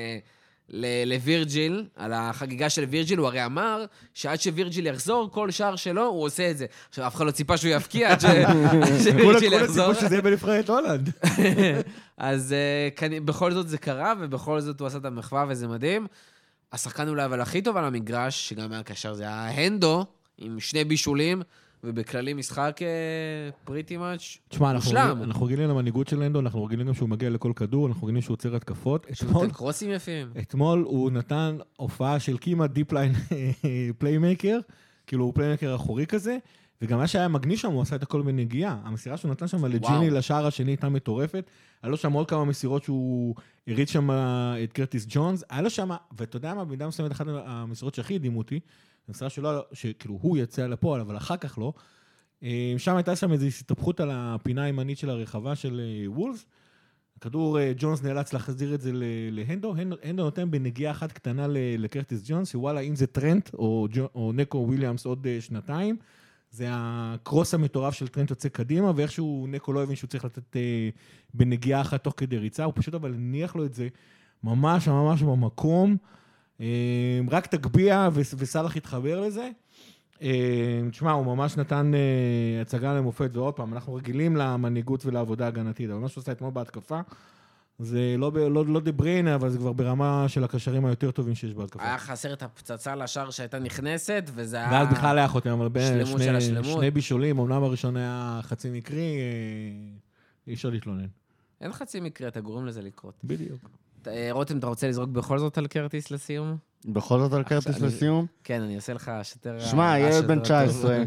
ל- לווירג'יל, על החגיגה של וירג'יל, הוא הרי אמר שעד שווירג'יל יחזור, כל שער שלו, הוא עושה את זה. עכשיו, אף אחד לא ציפה שהוא יפקיע עד ש- שווירג'יל כולם יחזור. ציפו שזה יהיה בנבחרת הולנד. אז אה, כנ- בכל זאת זה קרה, ובכל זאת הוא עשה את המחווה, וזה מדהים. השחקן אולי אבל הכי טוב על המגרש, שגם היה קשר, זה היה הנדו, עם שני בישולים, ובכללי משחק פריטי מאץ' תשמע, אנחנו מושלם. רגילים- אנחנו רגילים למנהיגות של לנדו, אנחנו רגילים גם שהוא מגיע לכל כדור, אנחנו רגילים שהוא עוצר התקפות. שהוא אתמול- נותן קרוסים יפים. אתמול הוא נתן הופעה של כמעט דיפליין פליימייקר, כאילו הוא פליימייקר אחורי כזה, וגם מה שהיה מגניב שם, הוא עשה את הכל בנגיעה. המסירה שהוא נתן שם לג'יני לשער השני הייתה מטורפת, היה לו שם עוד כמה מסירות שהוא הריץ שם את קרטיס ג'ונס, היה לו שם, ואתה יודע מה, במידה מסוימת אחת המסירות שהכי הדהימו אותי, המסירה שלו, שכאילו הוא יצא לפועל, אבל אחר כך לא, שם הייתה שם איזו הסתבכות על הפינה הימנית של הרחבה של וולס, הכדור, ג'ונס נאלץ להחזיר את זה להנדו, הנדו נותן בנגיעה אחת קטנה לקרטיס ג'ונס, שוואלה, אם זה טרנט או, או נקו וויליאמס עוד שנתיים, זה הקרוס המטורף של טרנט יוצא קדימה, ואיכשהו נקו לא הבין שהוא צריך לתת אה, בנגיעה אחת תוך כדי ריצה, הוא פשוט אבל הניח לו את זה ממש ממש במקום, אה, רק תגביע ו- וסלח התחבר לזה. אה, תשמע, הוא ממש נתן אה, הצגה למופת, ועוד פעם, אנחנו רגילים למנהיגות ולעבודה הגנתית, אבל מה שהוא עושה אתמול בהתקפה, זה לא, ב- לא, לא דבריינה, אבל זה כבר ברמה של הקשרים היותר טובים שיש בהתקפה. היה חסר את הפצצה לשער שהייתה נכנסת, וזה היה... ואז בכלל היה חותם, אבל בין שלמות של שני, השלמות. שני בישולים, אמנם הראשון היה חצי מקרי, אה, אי אפשר להתלונן. אין חצי מקרה, אתה גורם לזה לקרות. בדיוק. אה, רותם, אתה רוצה לזרוק בכל זאת על קרטיס לסיום? בכל זאת על קרטיס עכשיו, לסיום. כן, אני אעשה לך שתר... שמע, ילד בן תשע עשרה,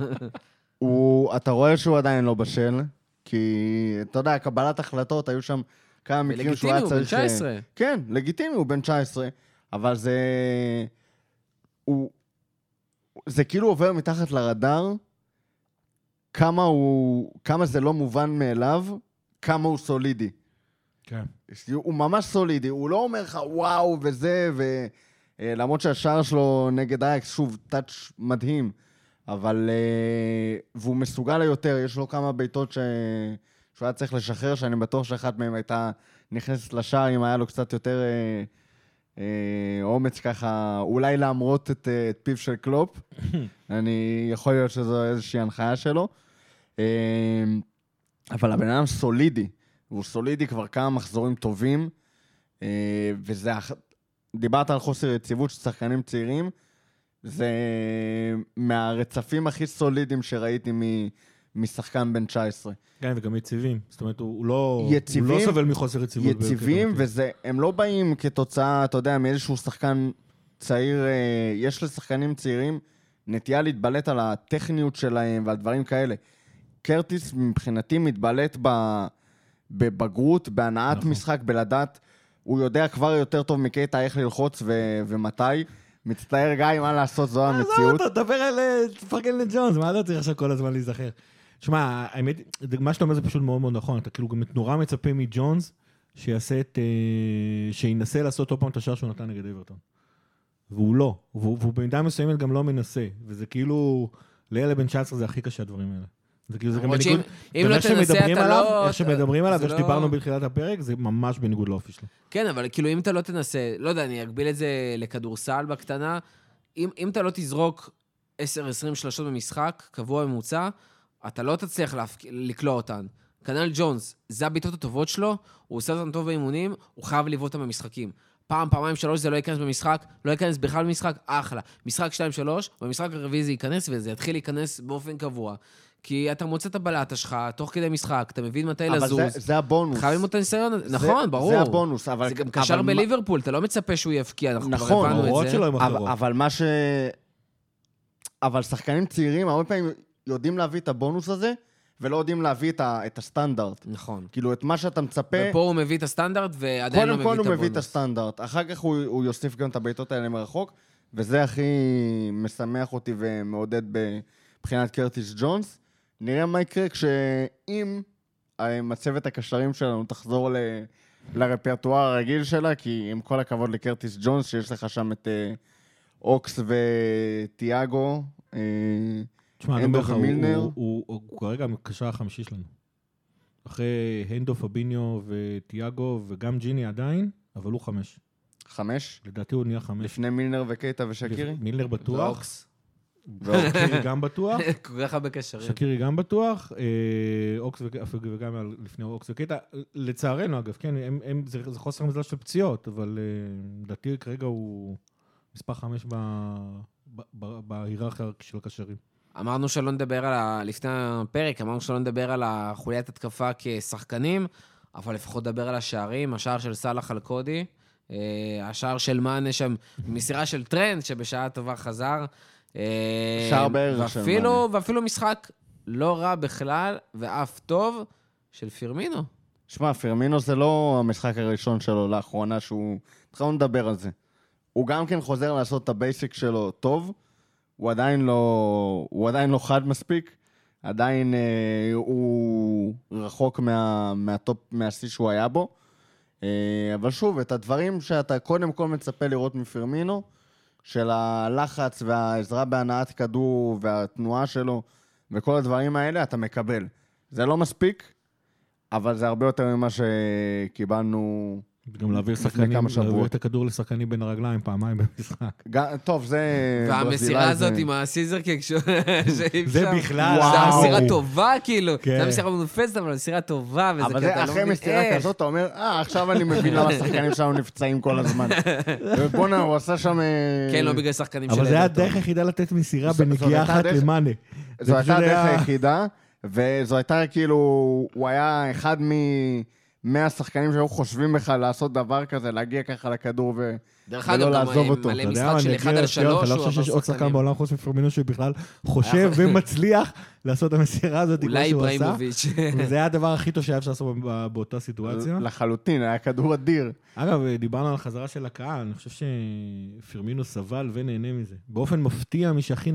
הוא, אתה רואה שהוא עדיין לא בשל, כי, אתה יודע, קבלת החלטות, היו שם כמה מקרים שהוא היה לגיטימי, הוא צריך... בן תשע עשרה. כן, לגיטימי, הוא בן תשע עשרה, אבל זה... הוא... זה כאילו עובר מתחת לרדאר, כמה הוא... כמה זה לא מובן מאליו, כמה הוא סולידי. כן. הוא ממש סולידי, הוא לא אומר לך וואו וזה, ולמרות שהשער שלו נגד אייקס, שוב, טאץ' מדהים, אבל... והוא מסוגל ליותר, יש לו כמה ביתות ש... שהוא היה צריך לשחרר, שאני בטוח שאחת מהם הייתה נכנסת לשער, אם היה לו קצת יותר אה, אה, אומץ ככה, אולי להמרות את, אה, את פיו של קלופ. אני יכול להיות שזו איזושהי הנחיה שלו. אה, אבל הבן אדם סולידי, והוא סולידי כבר כמה מחזורים טובים, אה, וזה... דיברת על חוסר יציבות של שחקנים צעירים, זה מהרצפים הכי סולידיים שראיתי מ... משחקן בן תשע עשרה. כן, וגם יציבים. זאת אומרת, הוא לא, יציבים, הוא לא סובל מחוסר יציבות. יציבים, וזה, הם לא באים כתוצאה, אתה יודע, מאיזשהו שחקן צעיר, יש לשחקנים צעירים נטייה להתבלט על הטכניות שלהם ועל דברים כאלה. קרטיס מבחינתי מתבלט בבגרות, בהנעת נכון. משחק, בלדעת, הוא יודע כבר יותר טוב מקטע איך ללחוץ ו- ומתי. מצטער גיא, מה לעשות, זו המציאות. אתה תדבר על תפרגן לג'ונס, מה אתה צריך עכשיו כל הזמן להיזכר? תשמע, האמת, מה שאתה אומר זה פשוט מאוד מאוד נכון, אתה כאילו גם נורא מצפה מג'ונס שיעשה את, שינסה לעשות עוד פעם את השער שהוא נתן נגד אברטון. והוא לא, והוא, והוא במידה מסוימת גם לא מנסה, וזה כאילו, לילד בן תשע עשרה זה הכי קשה הדברים האלה. זה כאילו, זה גם בניגוד, אם לא תנסה, אתה לא... איך שמדברים עליו, איך שדיברנו בתחילת הפרק, זה ממש בניגוד לאופי שלו. כן, אבל כאילו, אם אתה לא תנסה, לא יודע, אני אגביל את זה לכדורסל בקטנה, אם, אם אתה לא תזרוק עשר עשרים שלושות במשחק, קבוע ממוצע, אתה לא תצליח לקלוע אותן. קנל ג'ונס, זה הביטות הטובות שלו, הוא עושה אותן טוב באימונים, הוא חייב לבוא אותם במשחקים. פעם, פעמיים, שלוש, זה לא ייכנס במשחק, לא ייכנס בכלל במשחק, אחלה. משחק שתיים, שלוש, במשחק הרביעי זה ייכנס, וזה יתחיל להיכנס באופן קבוע. כי אתה מוצא את הבלטה שלך, תוך כדי משחק, אתה מבין מתי לזוז. אבל זה, זה הבונוס. חייבים אותה ניסיון, נכון, ברור. זה הבונוס, אבל... זה גם קשר בליברפול, אתה לא מצפה שהוא יפקיע, אנחנו כבר נכון, הבנו את זה. אבל, אבל מה ש... אבל שחקנים צעירים, הרבה פעמים יודעים להביא את הבונוס הזה, ולא יודעים להביא את, ה, את הסטנדרט. נכון. כאילו, את מה שאתה מצפה... ופה הוא מביא את הסטנדרט, ועדיין לא מביא את הבונוס. קודם כל הוא מביא את הסטנדרט. אחר כך הוא, הוא יוסיף גם את הביתות האלה מרחוק, וזה הכי משמח אותי ומעודד בבחינת קרטיס ג'ונס. נראה מה יקרה כשאם מצבת הקשרים שלנו תחזור ל... לרפרטואר הרגיל שלה, כי עם כל הכבוד לקרטיס ג'ונס, שיש לך שם את אוקס וטיאגו, הנדו ומילנר. הוא כרגע הקשר החמישי שלנו. אחרי הנדו, פביניו וטיאגו, וגם ג'יני עדיין, אבל הוא חמש. חמש? לדעתי הוא נהיה חמש. לפני מילנר וקייטה ושקירי? מילנר בטוח. ואוקס. שקירי גם בטוח. כל כך הרבה קשרים. שקירי גם בטוח. אוקס וגם לפני אוקס וקייטה. לצערנו, אגב, כן, זה חוסר מזל של פציעות, אבל לדעתי כרגע הוא מספר חמש בהיררכיה של הקשרים. אמרנו שלא נדבר על ה... לפני הפרק, אמרנו שלא נדבר על החוליית התקפה כשחקנים, אבל לפחות נדבר על השערים, השער של סלאח על קודי, השער של מאנה שם, מסירה של טרנד שבשעה טובה חזר. שער בערך של מאנה. ואפילו משחק לא רע בכלל, ואף טוב, של פירמינו. שמע, פירמינו זה לא המשחק הראשון שלו לאחרונה, שהוא... התחלנו לדבר על זה. הוא גם כן חוזר לעשות את הבייסיק שלו טוב, הוא עדיין לא, הוא עדיין לא חד מספיק, עדיין אה, הוא רחוק מה, מהטופ, מהשיא שהוא היה בו, אה, אבל שוב, את הדברים שאתה קודם כל מצפה לראות מפירמינו, של הלחץ והעזרה בהנעת כדור והתנועה שלו, וכל הדברים האלה אתה מקבל. זה לא מספיק, אבל זה הרבה יותר ממה שקיבלנו... גם להעביר שחקנים, להעביר את הכדור לשחקנים בין הרגליים פעמיים במשחק. טוב, זה... והמסירה הזאת עם הסיזר קק זה בכלל... זה המסירה טובה, כאילו. זה המסירה מנופצת, אבל המסירה טובה, וזה אבל זה אחרי מסירה כזאת, אתה אומר, אה, עכשיו אני מבין למה השחקנים שלנו נפצעים כל הזמן. ובוא'נה, הוא עשה שם... כן, לא בגלל שחקנים שלהם. אבל זה הדרך היחידה לתת מסירה בנגיעה אחת למאנה. זו הייתה הדרך היחידה, וזו הייתה כאילו... הוא היה אחד מ... מהשחקנים שהיו חושבים בכלל לעשות דבר כזה, להגיע ככה לכדור ולא לעזוב אותו. מלא משחק של אחד על שלוש. אני לא חושב שיש עוד שחקן בעולם חוץ מפירמינו שבכלל חושב ומצליח לעשות את המסירה הזאת. אולי איברהימוביץ'. וזה היה הדבר הכי טוב שהיה אפשר לעשות באותה סיטואציה. לחלוטין, היה כדור אדיר. אגב, דיברנו על החזרה של הקהל, אני חושב שפירמינו סבל ונהנה מזה. באופן מפתיע, מי שהכי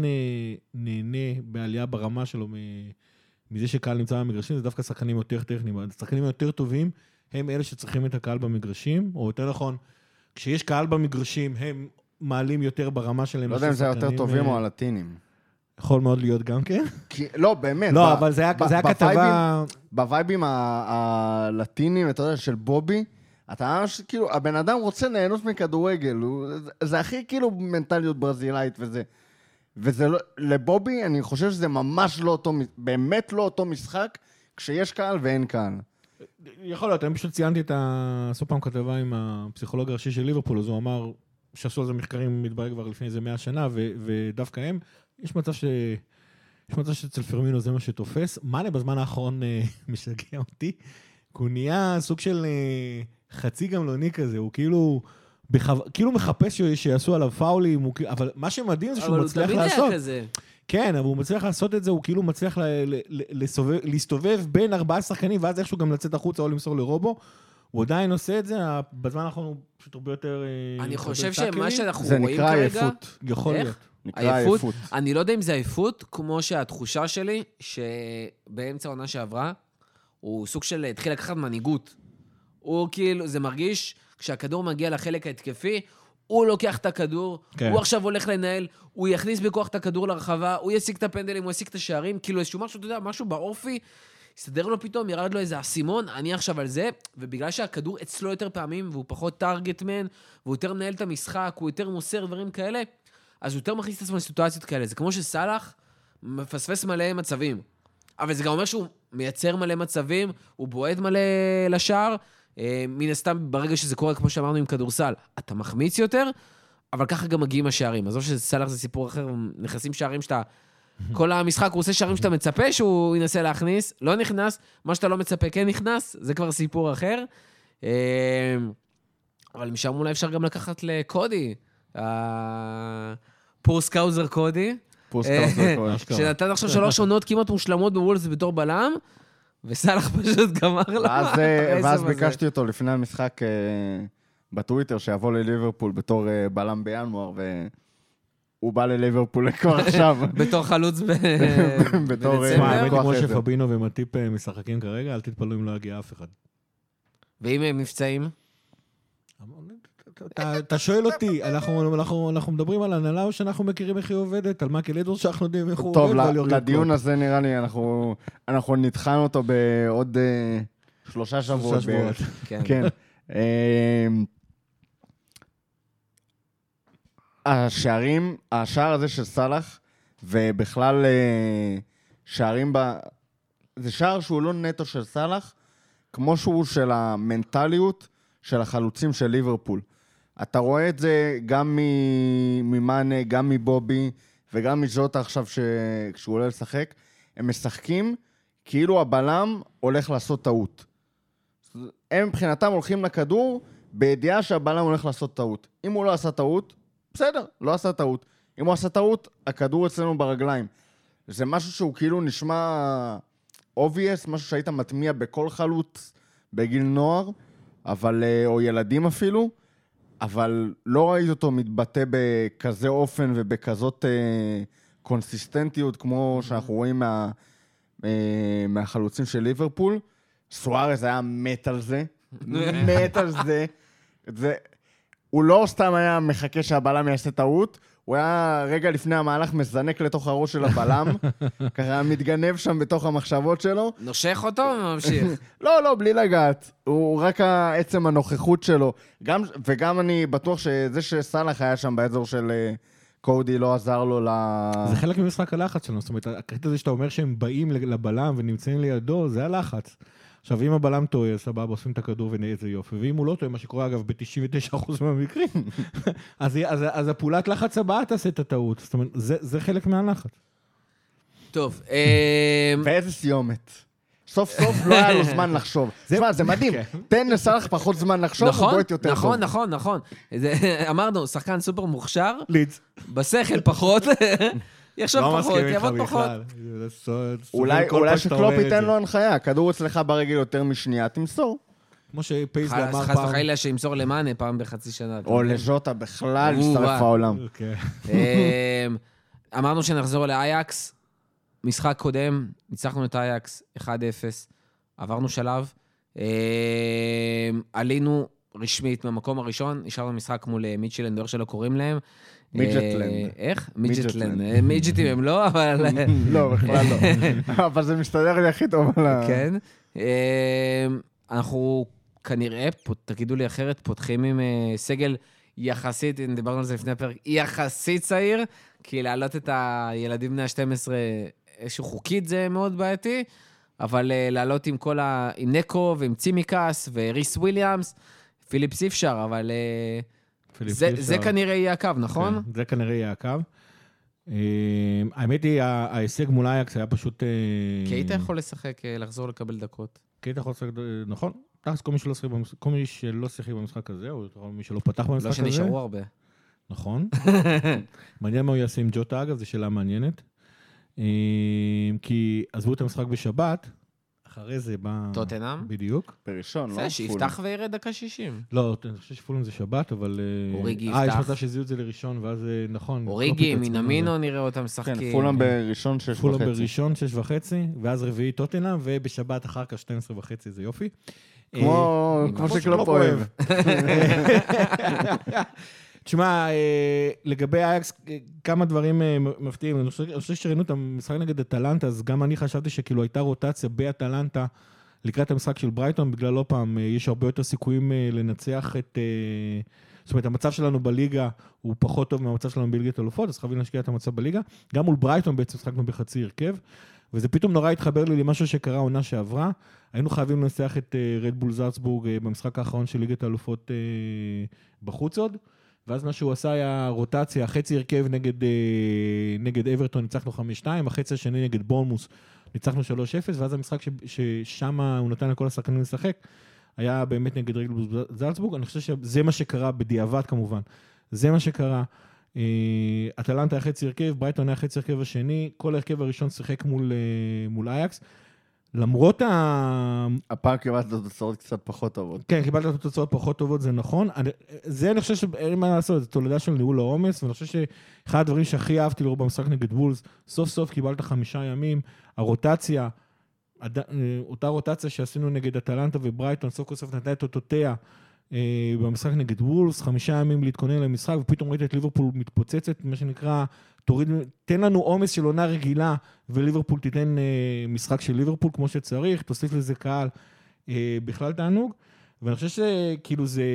נהנה בעלייה ברמה שלו מזה שקהל נמצא במגרשים, זה דווקא שחקנים יותר טכניים. השחקנים יותר טובים הם אלה שצריכים את הקהל במגרשים, או יותר נכון, כשיש קהל במגרשים, הם מעלים יותר ברמה שלהם. לא יודע אם זה יותר טובים או הלטינים. יכול מאוד להיות גם כן. לא, באמת. לא, אבל זה היה כתבה... בווייבים הלטינים, אתה יודע, של בובי, אתה ממש, כאילו, הבן אדם רוצה ליהנות מכדורגל, זה הכי כאילו מנטליות ברזילאית וזה. וזה לא, לבובי, אני חושב שזה ממש לא אותו, באמת לא אותו משחק, כשיש קהל ואין קהל. יכול להיות, אני פשוט ציינתי את הסוף פעם כתבה עם הפסיכולוג הראשי של ליברפול, אז הוא אמר שעשו על זה מחקרים מתברר כבר לפני איזה מאה שנה, ו- ודווקא הם, יש מצב ש... יש מצב שאצל פירמינו זה מה שתופס. מאנה בזמן האחרון משגע אותי, כי הוא נהיה סוג של חצי גמלוני כזה, הוא כאילו... כאילו מחפש שיעשו עליו פאולים, אבל מה שמדהים זה שהוא מצליח לעשות. כן, אבל הוא מצליח לעשות את זה, הוא כאילו מצליח להסתובב בין ארבעה שחקנים, ואז איכשהו גם לצאת החוצה או למסור לרובו. הוא עדיין עושה את זה, בזמן האחרון הוא פשוט הרבה יותר... אני חושב שמה שאנחנו זה רואים נקרא כרגע... עייפות. יכול להיות. נקרא עייפות. אני לא יודע אם זה עייפות, כמו שהתחושה שלי, שבאמצע העונה שעברה, הוא סוג של התחיל לקחת מנהיגות. הוא כאילו, זה מרגיש, כשהכדור מגיע לחלק ההתקפי, הוא לוקח את הכדור, כן. הוא עכשיו הולך לנהל, הוא יכניס בכוח את הכדור לרחבה, הוא ישיג את הפנדלים, הוא ישיג את השערים, כאילו איזשהו משהו, אתה יודע, משהו באופי, הסתדר לו פתאום, ירד לו איזה אסימון, אני עכשיו על זה, ובגלל שהכדור אצלו יותר פעמים, והוא פחות טארגטמן, והוא יותר מנהל את המשחק, הוא יותר מוסר דברים כאלה, אז הוא יותר מכניס את עצמו לסיטואציות כאלה. זה כמו שסלאח מפספס מלא מצבים, אבל זה גם אומר שהוא מייצר מלא מצבים, הוא בועט מלא לשער, מן הסתם ברגע שזה קורה, כמו שאמרנו עם כדורסל, אתה מחמיץ יותר, אבל ככה גם מגיעים השערים. עזוב שסלאח זה סיפור אחר, נכנסים שערים שאתה, כל המשחק הוא עושה שערים שאתה מצפה שהוא ינסה להכניס, לא נכנס, מה שאתה לא מצפה כן נכנס, זה כבר סיפור אחר. אבל משם אולי אפשר גם לקחת לקודי, פורסקאוזר קודי, פורסקאוזר קודי. שנתן עכשיו שלוש עונות כמעט מושלמות בוולס בתור בלם, וסלאח פשוט גמר לו. ואז ביקשתי אותו לפני המשחק בטוויטר, שיבוא לליברפול בתור בלם בינואר, והוא בא לליברפול כבר עכשיו. בתור חלוץ בדצמבר. האמת כמו שפבינו ומטיפ משחקים כרגע, אל תתפלו אם לא יגיע אף אחד. ואם הם מבצעים? אתה שואל אותי, אנחנו מדברים על הנהלה שאנחנו מכירים איך היא עובדת, על מקל אדוארדס שאנחנו יודעים איך הוא עובד. טוב, לדיון הזה נראה לי, אנחנו נדחן אותו בעוד שלושה שבועות בערך. כן. השערים, השער הזה של סלאח, ובכלל שערים, זה שער שהוא לא נטו של סלאח, כמו שהוא של המנטליות של החלוצים של ליברפול. אתה רואה את זה גם ממאנה, גם מבובי, וגם מז'וטה עכשיו כשהוא עולה לשחק. הם משחקים כאילו הבלם הולך לעשות טעות. הם מבחינתם הולכים לכדור בידיעה שהבלם הולך לעשות טעות. אם הוא לא עשה טעות, בסדר, לא עשה טעות. אם הוא עשה טעות, הכדור אצלנו ברגליים. זה משהו שהוא כאילו נשמע obvious, משהו שהיית מטמיע בכל חלוץ בגיל נוער, אבל, או ילדים אפילו, אבל לא ראיתי אותו מתבטא בכזה אופן ובכזאת אה, קונסיסטנטיות, כמו שאנחנו רואים מה, אה, מהחלוצים של ליברפול. סוארז היה מת על זה, מת על זה. זה. הוא לא סתם היה מחכה שהבלם יעשה טעות, הוא היה רגע לפני המהלך מזנק לתוך הראש של הבלם, ככה מתגנב שם בתוך המחשבות שלו. נושך אותו וממשיך. לא, לא, בלי לגעת. הוא רק עצם הנוכחות שלו. גם, וגם אני בטוח שזה שסלאח היה שם באזור של קודי לא עזר לו ל... זה חלק ממשחק הלחץ שלנו. זאת אומרת, הקטע הזה שאתה אומר שהם באים לבלם ונמצאים לידו, זה הלחץ. עכשיו, אם הבלם טועה, סבבה, עושים את הכדור ונעיזה יופי, ואם הוא לא טועה, מה שקורה, אגב, ב-תשעים ותשעה אחוז מהמקרים, אז, אז, אז הפעולת לחץ הבאה תעשה את הטעות. זאת אומרת, זה, זה חלק מהלחץ. טוב. ואיזה סיומת. סוף סוף לא היה לו זמן לחשוב. תשמע, זה מדהים. תן לסלאח פחות זמן לחשוב, הוא בועט יותר טוב. נכון, נכון, נכון. אמרנו, שחקן סופר מוכשר, לידס. בשכל פחות, יחשוב פחות, יעבוד פחות. אולי שקלופ ייתן לו הנחיה, הכדור אצלך ברגל יותר משנייה, תמסור. כמו שפייסלי אמר פעם. חס וחלילה שימסור למאנה פעם בחצי שנה. או לז'וטה בכלל, שרף העולם. אמרנו שנחזור לאייקס, משחק קודם, ניצחנו את אייקס אחד אפס, עברנו שלב, עלינו רשמית מהמקום הראשון, נשארנו משחק מול מידג'לנד, איך שלא קוראים להם. מידג'טלנד. איך? מידג'טלנד. מידג'טים הם לא, אבל... לא, בכלל לא. אבל זה מסתדר לי הכי טוב על ה... כן. אנחנו כנראה, תגידו לי אחרת, פותחים עם סגל יחסית, דיברנו על זה לפני הפרק, יחסית צעיר, כי להעלות את הילדים בני ה-שתים עשרה, איזשהו חוקית זה מאוד בעייתי, אבל להעלות עם כל ה... עם נקו ועם צימיקס וריס וויליאמס, פיליפס אי אפשר, אבל... זה, זה כנראה יהיה הקו, נכון? כן, זה כנראה יהיה הקו. האמת היא, ההישג מול אייקס היה פשוט... קייטה יכול לשחק, לחזור לקבל דקות. קייטה יכול לשחק, נכון. תכף כל מי שלא שיחק במשחק, כל מי שלא שיחק במשחק הזה, או מי שלא פתח במשחק הזה. לא שנשארו הרבה. נכון. מעניין מה הוא יעשה עם ג'וטה, אגב, זו שאלה מעניינת. כי עזבו את המשחק בשבת, אחרי זה בא... טוטנאם? בדיוק. בראשון, לא? זה שיפתח וירד דקה שישים. לא, אני חושב שפולם זה שבת, אבל... אוריגי יפתח. אה, יש מצב שזיהו את זה לראשון, ואז נכון. אוריגי, מינמינו נראה אותם משחקים. כן, פולם בראשון שש וחצי. פולם בראשון שש וחצי, ואז רביעי טוטנאם, ובשבת אחר כך שתים עשרה וחצי, זה יופי. כמו שקלופ אוהב. תשמע, לגבי אייקס, כמה דברים מפתיעים. אני חושב שראינו את המשחק נגד אטלנטה, אז גם אני חשבתי שכאילו הייתה רוטציה באטלנטה לקראת המשחק של ברייטון, בגלל לא פעם, יש הרבה יותר סיכויים לנצח את... זאת אומרת, המצב שלנו בליגה הוא פחות טוב מהמצב שלנו בליגת אלופות, אז חייבים להשקיע את המצב בליגה. גם מול ברייטון בעצם שחקנו בחצי הרכב, וזה פתאום נורא התחבר לי למשהו שקרה עונה שעברה. היינו חייבים לנצח את רדבול זלצבורג במשחק האחרון של ליגת האלופות בחוץ עוד, ואז מה שהוא עשה היה רוטציה, חצי הרכב נגד, נגד אברטון ניצחנו חמש שתיים, החצי השני נגד בורנמוס ניצחנו שלוש אפס, ואז המשחק ששם הוא נתן לכל השחקנים לשחק, היה באמת נגד רדבול זלצבורג. אני חושב שזה מה שקרה בדיעבד כמובן. זה מה שקרה. אטלנטה היה חצי הרכב, ברייטון היה חצי הרכב השני, כל הרכב הראשון שיחק מול, מול אייקס. למרות ה... הפעם קיבלת את התוצאות קצת פחות טובות. כן, קיבלת את התוצאות פחות טובות, זה נכון. אני, זה אני חושב שאין מה לעשות, זה תולדה של ניהול העומס, ואני חושב שאחד הדברים שהכי אהבתי לראות במשחק נגד וולס, סוף סוף קיבלת חמישה ימים, הרוטציה, אותה רוטציה שעשינו נגד אטלנטה וברייטון, סוף כל סוף נתנה את אותותיה במשחק נגד וולס, חמישה ימים להתכונן למשחק, ופתאום ראית את ליברפול מתפוצצת, מה שנקרא, תוריד, תן לנו עומס של עונה רגילה, וליברפול תיתן משחק של ליברפול כמו שצריך, תוסיף לזה קהל בכלל תענוג, ואני חושב שכאילו זה,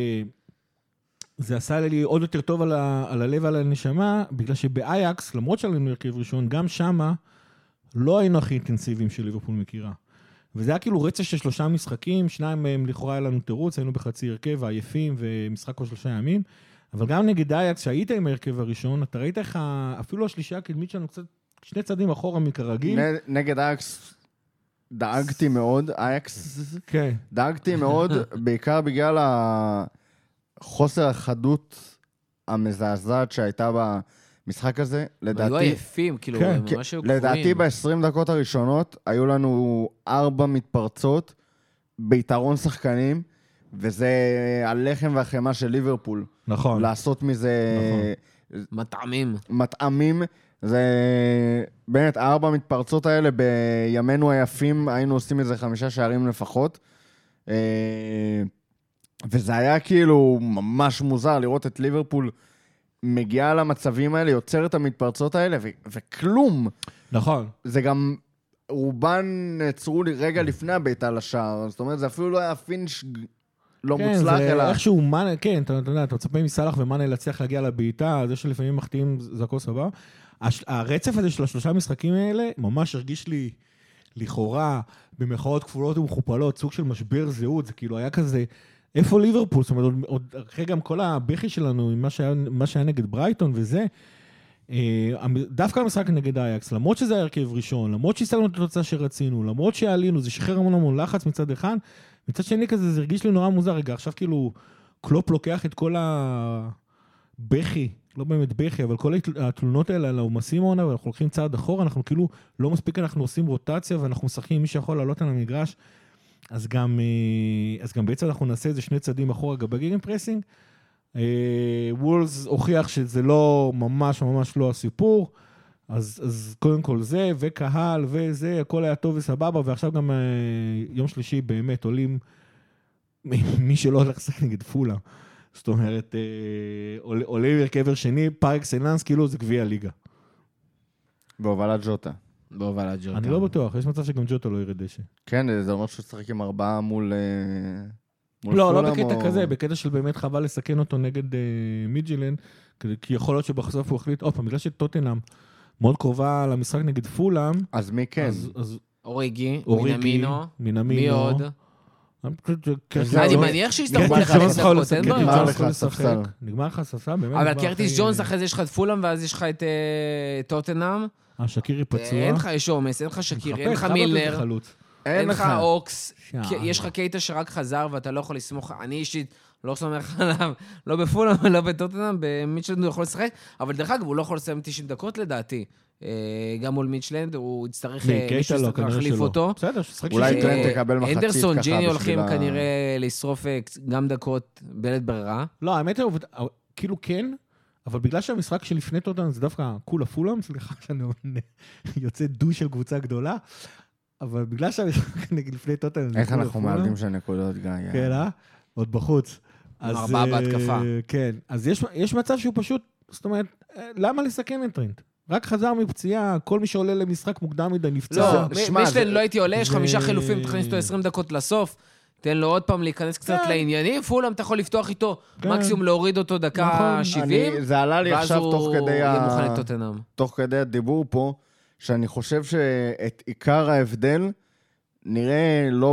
זה עשה לי עוד יותר טוב על, ה, על הלב ועל הנשמה, בגלל שבאייקס, למרות שעלינו הרכב ראשון, גם שמה, לא היינו הכי אינטנסיביים של ליברפול מכירה. וזה היה כאילו רצף של שלושה משחקים, שניים מהם לכאורה היה לנו תירוץ, היינו בחצי הרכב, עייפים ומשחק כל שלושה ימים, אבל גם נגד אייקס, שהיית עם ההרכב הראשון, אתה ראית איך אפילו השלישייה הקדמית שלנו קצת שני צעדים אחורה מכרגיל. נגד אייקס דאגתי מאוד, אייקס, כן. דאגתי מאוד, בעיקר בגלל החוסר החדות המזעזעת שהייתה בה, משחק הזה, לדעתי... היו עייפים, כאילו, הם ממש היו קבועים. לדעתי ב-עשרים דקות הראשונות, היו לנו ארבע מתפרצות, ביתרון שחקנים, וזה הלחם והחמה של ליברפול. נכון. לעשות מזה... נכון. מטעמים. מטעמים. זה... באמת, הארבע מתפרצות האלה, בימינו היפים, היינו עושים איזה חמישה שערים לפחות. וזה היה כאילו ממש מוזר לראות את ליברפול... מגיעה למצבים האלה, יוצר את המתפרצות האלה, ו- וכלום. נכון. זה גם, רובן נעצרו לי רגע לפני הביתה לשער, זאת אומרת, זה אפילו לא היה פינש לא כן, מוצלח, זה אלא... איכשהו, מנה, כן, אתה יודע, אתה מצפה מסלח ומנה להצליח להגיע לביתה, זה שלפעמים מחטיאים זה הכל סבבה. הש- הרצף הזה של השלושה משחקים האלה, ממש הרגיש לי, לכאורה, במחאות כפולות ומכופלות, סוג של משבר זהות, זה כאילו היה כזה... איפה ליברפול? זאת אומרת, עוד, עוד אחרי גם כל הבכי שלנו, מה שהיה, מה שהיה נגד ברייטון וזה, דווקא המשחק נגד אייקס, למרות שזה היה הרכב ראשון, למרות שהסתגלנו את התוצאה שרצינו, למרות שעלינו, זה שחרר המון המון לחץ מצד אחד, מצד שני כזה, זה הרגיש לי נורא מוזר. רגע, עכשיו כאילו, קלופ לוקח את כל הבכי, לא באמת בכי, אבל כל התלונות האלה על העומסים העונה, ואנחנו לוקחים צעד אחורה, אנחנו כאילו לא מספיק, אנחנו עושים רוטציה, ואנחנו משחקים עם מי שיכול לעלות על המגרש, אז גם, אז גם בעצם אנחנו נעשה איזה שני צעדים אחורה בגייגן פרסינג. וולס הוכיח שזה לא ממש ממש לא הסיפור, אז, אז קודם כל זה, וקהל וזה, הכל היה טוב וסבבה, ועכשיו גם יום שלישי באמת עולים מי שלא הולך לשחק נגד פולה. זאת אומרת, עולים הרכב שני, פר אקסלנס, כאילו זה גביע הליגה. בהובלת ג'וטה. בהובלת ג'וטה. אני לא בטוח, יש מצב שגם ג'וטה לא ירד דשא. כן, זה אומר שהוא צריך עם ארבעה מול... לא, לא בקטע כזה, בקטע של באמת חבל לסכן אותו נגד מידג'ילנד, כי יכול להיות שבסוף הוא החליט, אופן, בגלל שטוטנהאם מאוד קרובה למשחק נגד פולאם. אז מי כן? אוריגי, מינמינו, מי עוד? אני מניח שיסתכלו לך לספק, נגמר לך ספסל. נגמר לך ספסל, באמת. אבל קרטיס ג'ונס, אחרי זה יש לך את פולאם, ואז יש לך את טוטנהאם. השקירי פצוע. אין לך יש עומס, אין לך שקירי, אין לך מילנר. אין לך אוקס, יש לך קייטה שרק חזר ואתה לא יכול לסמוך, אני אישית לא סומך עליו, לא בפולאם ולא בטוטנהאם, במיטשלנד הוא יכול לשחק, אבל דרך אגב הוא לא יכול לסיים תשעים דקות לדעתי, גם מול מיטשלנד הוא יצטרך מישהו להחליף אותו. אולי טרנט תקבל מחצית ככה בשבילה. אנדרסון, ג'יני הולכים כנראה לשרוף גם דקות בלית ברירה. לא, האמת היא, כאילו כן, אבל בגלל שהמשחק שלפני טוטנהאם זה דווקא כולה פולאם, סליחה שאני יוצא דו של קבוצה גדולה, אבל בגלל שהמשחק נגיד לפני טוטנהאם... איך אנחנו מעלדים של נקודות, גיא? כן, אה? עוד בחוץ. ארבעה בהתקפה. כן, אז יש, יש מצב שהוא פשוט, זאת אומרת, למה לסכן את טרנט? רק חזר מפציעה, כל מי שעולה למשחק מוקדם מדי נפצע. לא, מישלן לא הייתי עולה, יש חמישה חילופים, תכניס אותו עשרים דקות לסוף, תן לו עוד פעם להיכנס קצת לעניינים, פולאם אתה יכול לפתוח איתו, מקסימום להוריד אותו דקה שבעים, זה עלה לי עכשיו תוך כדי יהיה מוכן לטוטנהאם. תוך כדי הדיבור פה, שאני חושב שאת עיקר ההבדל נראה לא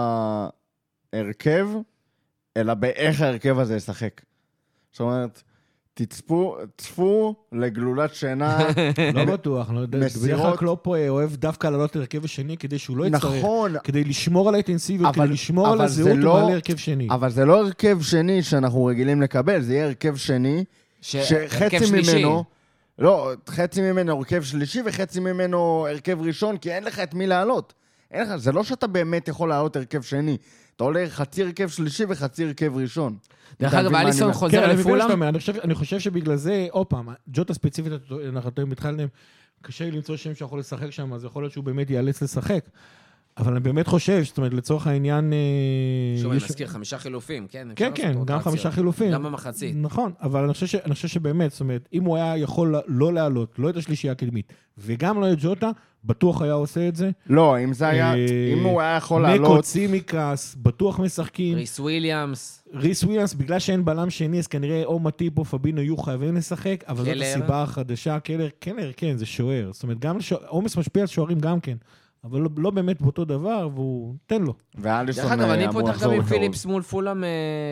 בהרכב, אלא באיך ההרכב הזה ישחק. זאת אומרת, תצפו, צפו לגלולת שינה. לא בטוח, לא יודע. בדרך כלל קלופ אוהב דווקא לעלות להרכב השני, כדי שהוא לא יצטרך. נכון. כדי לשמור על האינטנסיביות, כדי לשמור על הזהות, הוא מעלה הרכב שני. אבל זה לא הרכב שני שאנחנו רגילים לקבל, זה יהיה הרכב שני, שחצי ממנו, לא, חצי ממנו הרכב שלישי, וחצי ממנו הרכב ראשון, כי אין לך את מי לעלות. אין לך, זה לא שאתה באמת יכול לעלות הרכב שני. אתה עולה חצי הרכב שלישי וחצי הרכב ראשון. דרך אגב, אליסון חוזר לפולאם. אני חושב שבגלל זה, עוד פעם, ג'וטה ספציפית, אנחנו מתחלנו, קשה למצוא שם שיכול לשחק שם, אז יכול להיות שהוא באמת ייאלץ לשחק. אבל אני באמת חושב, זאת אומרת, לצורך העניין... שוב, אני מזכיר, חמישה חילופים, כן? כן, כן, גם חמישה חילופים. גם במחצית. נכון, אבל אני חושב, אני חושב שבאמת, זאת אומרת, אם הוא היה יכול לא לעלות, לא את השלישייה הקדמית, וגם לא את ג'וטה, בטוח היה עושה את זה. לא, אם זה היה, אם הוא היה יכול לעלות... נקו, צימיקס, בטוח משחקים. ריס וויליאמס. ריס וויליאמס, בגלל שאין בלם שני, אז כנראה או מטיפ או פבינו יהיו חייבים לשחק, אבל זאת הסיבה החדשה, קלר, קלר, כן, זה שוער. זאת אומרת, גם עומס משפיע על שוערים גם כן. אבל לא, לא באמת באותו דבר, והוא תן לו. ואליסון אמור לחזור. דרך אגב, אני פותח גם עם פיליפס מול פולאם,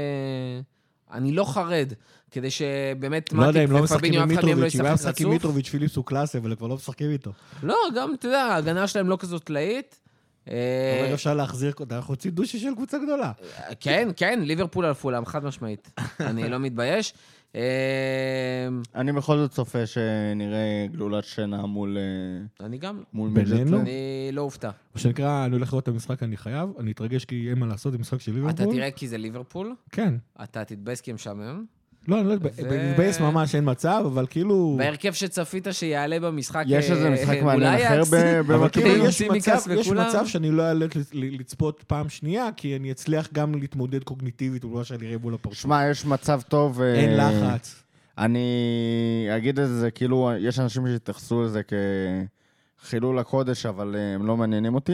אני לא חרד, כדי שבאמת לא יודע, אם לא משחקים עם מיטרוביץ', אם היה משחקים עם מיטרוביץ', פיליפס הוא קלאסה, אבל כבר לא משחקים איתו. לא, גם, אתה יודע, ההגנה שלהם לא כזאת תלאית. אבל אפשר להחזיר, אנחנו רוצים דושי של קבוצה גדולה. כן, כן, ליברפול על פולאם, חד משמעית. אני לא מתבייש. אני בכל זאת צופה שנראה גלולת שינה מול... אני גם. מול בינינו? אני לא אופתע. מה שנקרא, אני הולך לראות את המשחק, אני חייב, אני אתרגש כי אין מה לעשות, זה משחק של ליברפול. אתה תראה כי זה ליברפול? כן. אתה תתבייס כי הם משעמם? לא, אני לא מתבייס ממש, אין מצב, אבל כאילו... בהרכב שצפית שיעלה במשחק... יש איזה משחק מעניין אחר במקביל. יש מצב שאני לא אעלה לצפות פעם שנייה, כי אני אצליח גם להתמודד קוגניטיבית, ובמה שאני אראה בול הפרצוף. שמע, יש מצב טוב... אין לחץ. אני אגיד את זה, כאילו, יש אנשים שהתייחסו לזה כחילול הקודש, אבל הם לא מעניינים אותי.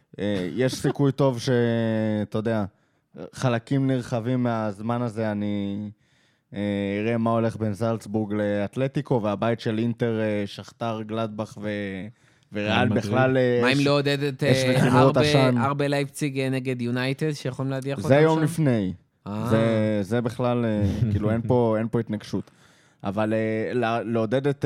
יש סיכוי טוב שאתה יודע, חלקים נרחבים מהזמן הזה, אני... יראה מה הולך בין זלצבורג לאתלטיקו, והבית של אינטר, שכתר, גלדבך וריאל בכלל... מה אם לא עודד את ארבה לייפציג נגד יונייטד, שיכולים להדיח אותם שם? זה יום לפני. זה בכלל, כאילו אין פה התנגשות. אבל לעודד את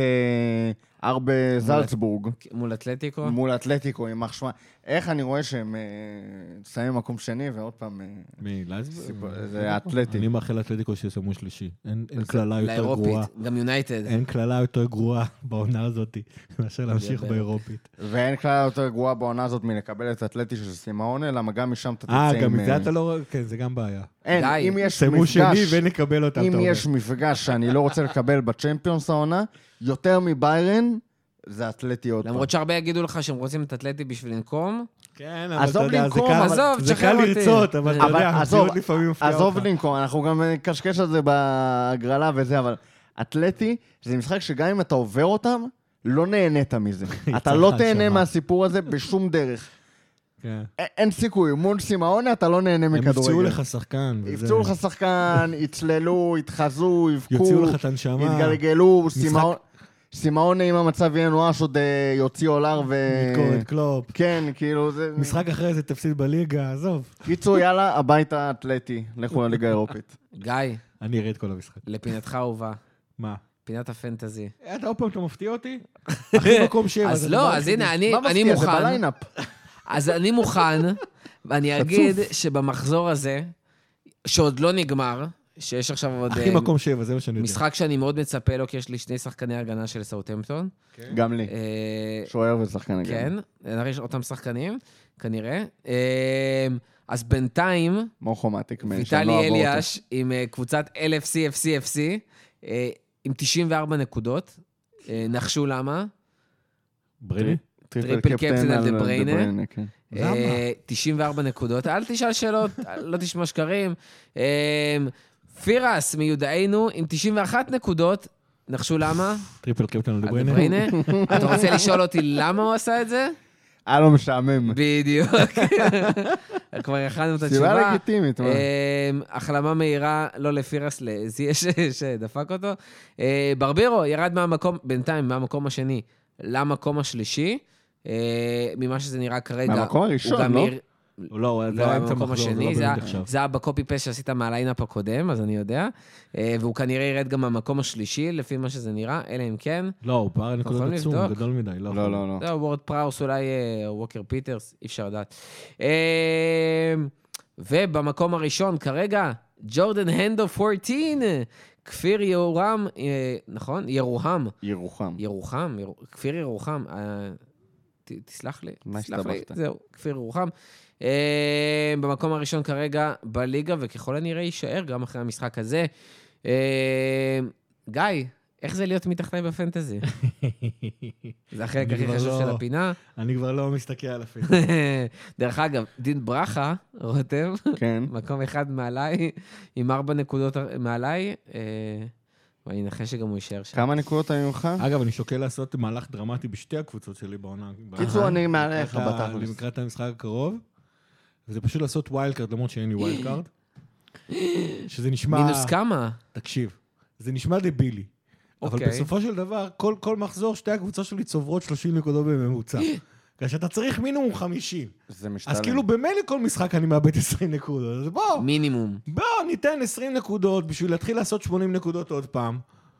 ארבה זלצבורג... מול אתלטיקו? מול אתלטיקו, עם מחשמה. איך אני רואה שהם שמים מקום שני, ועוד פעם... מי, לייפציג? זה אתלטי. אני מאחל לאתלטיקו שיסיימו שלישי. אין כללה יותר גרועה. גם יונייטד. אין כללה יותר גרועה בעונה הזאת, מאשר להמשיך באירופית. ואין כללה יותר גרועה בעונה הזאת מלקבל את אתלטי של סימאון, למה גם משם אתה תצא עם... אה, גם מזה אתה לא... כן, זה גם בעיה. אין, אם יש סיימו שני ונקבל אותם. אם יש מפגש שאני לא רוצה לקבל בצ'מפיונס העונה, יותר מביירן, זה אתלטי עוד פעם. למרות שהרבה יגידו לך שהם רוצים את אתלטי בשביל לנקום. כן, אבל אתה יודע, זה קל לרצות, אבל אתה יודע, המציאות לפעמים מפתיעה אותך. עזוב לנקום, אנחנו גם קשקש על זה בהגרלה וזה, אבל אתלטי, זה משחק שגם אם אתה עובר אותם, לא נהנית מזה. אתה לא תהנה מהסיפור הזה בשום דרך. אין סיכוי, מול סימאון אתה לא נהנה מכדורגל. הם יפצעו לך שחקן. יפצעו לך שחקן, יצללו, יתחזו, יבקו, יוציאו לך את הנשמה. יתגלגלו, סימאון... סימאון, אם המצב יהיה נואש, עוד יוציא אולר ו... מתקור את קלופ. כן, כאילו זה... משחק אחרי זה תפסיד בליגה, עזוב. קיצור, יאללה, הביתה אתלטי, לכו לליגה האירופית. גיא. אני אראה את כל המשחק. לפינתך אהובה. מה? פינת הפנטזי. אתה עוד פעם, אתה מפתיע אותי? אחרי מקום שבע. אז לא, אז הנה, אני מוכן. מה מפתיע? זה בליינאפ. אז אני מוכן, ואני אגיד שבמחזור הזה, שעוד לא נגמר, שיש עכשיו עוד... הכי מקום שבע, זה מה שאני יודע. משחק שאני מאוד מצפה לו, כי יש לי שני שחקני הגנה של סאות'המפטון. גם לי. שוער ושחקן הגנה. כן, נראה אותם שחקנים, כנראה. אז בינתיים, ויטלי אליאש עם קבוצת אל אף סי, אף סי, אף סי, עם תשעים וארבע נקודות. נחשו למה? בריני? טריפל קפטן על דה בריינה. כן. אה, תשעים וארבע נקודות. אל תשאל שאלות, לא תשמע שקרים. אה, פירס מיודענו עם תשעים ואחת נקודות. נחשו למה? טריפל קפטן על דה על דה בריינה. בריינה. אתה רוצה לשאול אותי למה הוא עשה את זה? היה לו משעמם. בדיוק. כבר יכלנו את התשובה. סיבה לגיטימית. מה? החלמה מהירה, לא לפירס, לזיה שדפק אותו. ברבירו ירד מהמקום, בינתיים, מהמקום השני, למקום השלישי. ממה שזה נראה כרגע. מהמקום הראשון, לא? לא, הוא לא, היה אמצע במקום מחזור, זה השני, לא זה באמת היה- עכשיו. זה היה בקופי פס שעשית מהליינאפ הקודם, אז אני יודע. והוא כנראה ירד גם מהמקום השלישי, לפי מה שזה נראה, אלא אם כן. לא, הוא פער נקודות יכולים עצום, לבדוק? גדול מדי. לא, לא, לא. זהו, וורד פראוס, אולי אה, ווקר פיטרס, אי אפשר לדעת. אה, ובמקום הראשון, כרגע, ג'ורדן הנדו ארבע עשרה, כפיר ירוחם, אה, נכון? ירוחם. ירוחם. ירוחם, יר... כפיר ירוחם. אה, ת, תסלח לי, מה תסלח לי. הסתבכת? זהו, כפיר ירוחם. אה, במקום הראשון כרגע בליגה, וככל הנראה יישאר גם אחרי המשחק הזה. אה, גיא, איך זה להיות מתחתיי בפנטזי? זה החלק אני הכי כבר חשוב לא- של הפינה. אני כבר לא מסתכל על הפינה. דרך אגב, דין ברכה, רותם, כן. מקום אחד מעליי, עם ארבע נקודות מעליי, אה, ואני אנחש שגם הוא יישאר שם. כמה נקודות היו לך? אגב, אני שוקל לעשות מהלך דרמטי בשתי הקבוצות שלי בעונה. קיצור, אני מעליך לקראת ה- בתכלס. לקראת המשחק הקרוב, וזה פשוט לעשות ווילד קארד, למרות שאין לי ווילד קארד. שזה נשמע... מינוס כמה? תקשיב, זה נשמע דבילי. אבל אוקיי. בסופו של דבר, כל, כל מחזור, שתי הקבוצות שלי צוברות שלושים נקודות בממוצע. כאשר אתה צריך מינימום חמישים. זה משתלם. אז כאילו במילא כל משחק אני מאבד עשרים נקודות. אז בוא, מינימום. בוא, ניתן עשרים נקודות בשביל להתחיל לעשות שמונים נקודות עוד פעם.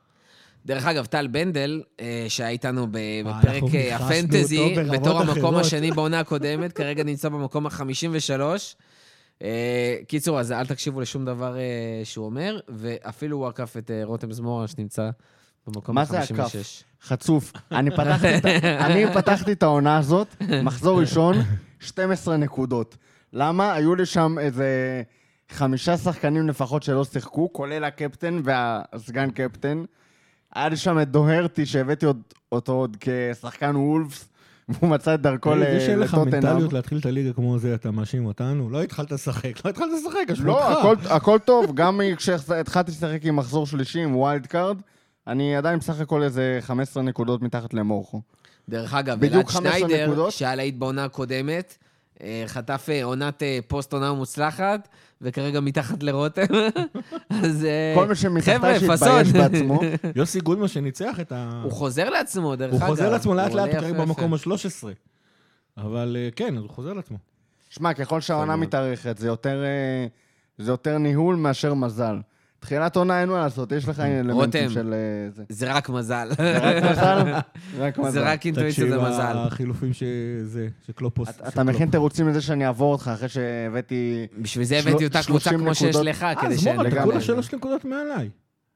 דרך אגב, טל בנדל, אה, שהיה איתנו ב- אנחנו בפרק אה, ניחסנו הפנטזי, אותו ברמות בתור המקום אחרות. השני בעונה הקודמת, כרגע נמצא במקום ה-חמישים ושלוש. אה, קיצור, אז אל תקשיבו לשום דבר אה, שהוא אומר, ואפילו הוא עקף את אה, רותם זמורה, שנמצא במקום מה זה ה-חמישים ושש. עקף? חצוף. אני פתחתי את ה- אני פתחתי את העונה הזאת, מחזור ראשון, שתים עשרה נקודות. למה? היו לי שם איזה חמישה שחקנים לפחות שלא שיחקו, כולל הקפטן והסגן קפטן. היה לי שם את דוהרטי, שהבאתי עוד- אותו עוד כשחקן וולפס, והוא מצא את דרכו זה שאין לך לטוטנהאם. מנטליות להתחיל את הליגה כמו זה, אתה מאשים אותנו? לא התחלת לשחק, לא התחלת לשחק, אשמתך. לא, הכל, הכל טוב, גם כשהתחלתי לשחק עם מחזור שלישי, עם ווילד קארד, אני עדיין בסך הכל איזה חמש עשרה נקודות מתחת למורכו. דרך אגב, בדיוק אלעד חמש עשרה שניידר, נקודות. שהיה להיט בעונה הקודמת, אה, חטף אה, עונת אה, פוסט עונה מוצלחת, וכרגע מתחת לרותם. אז אה, כל מי שמתחתיי חבר'ה, שיתבייש פאסון. בעצמו. יוסי גולדמן שניצח את ה... הוא חוזר לעצמו, דרך הוא אגב. חוזר לעצמו לאט לאט, עולה הוא כרגע יפה, במקום יפה. ה-שלוש עשרה. אבל אה, כן, אז הוא חוזר לעצמו. שמע, ככל שהעונה מאוד. מתארכת, זה יותר, אה, זה יותר ניהול מאשר מזל. תחילת עונה אין מה לעשות, יש לך אלמנטים רותם. של אה, זה. זה רק מזל. זה רק מזל? רק מזל. זה רק אינטואיציה, זה מזל. החילופים שזה, שקלופוס... אתה- אתה מכין תירוצים לזה שאני אעבור אותך אחרי שהבאתי... בשביל זה של- הבאתי אותה קבוצה שלושים כמו שיש נקודות. לך, אה, כדי אז שאני... מורה, אתה לגמרי. כולה שלוש נקודות מעליי.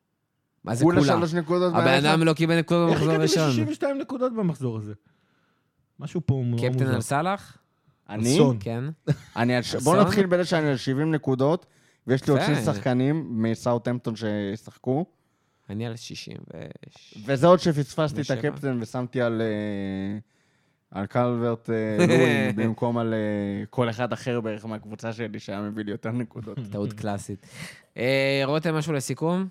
מה זה כולה כולה? שלוש נקודות הבן מעליך? אדם לא קיבל נקודות איך במחזור הגעתי הראשון. ל-שישים ושתיים נקודות במחזור הזה? משהו פה מאוד מוזר. קפטן על סלאח? אני? אסון. כן. אני על ש- בוא אסון? נתחיל בזה שאני על שבעים נקודות, ויש לי עוד יפה. שני שחקנים מסאוטהמפטון שישחקו, אני על שישים ו... וזה עוד שפספסתי את ושבע. הקפטן ושמתי על... אה, על קלברט אה, לואין, במקום על אה, כל אחד אחר בערך מהקבוצה שלי שהיה מביא לי יותר נקודות. טעות קלאסית. אה, רותם, משהו לסיכום?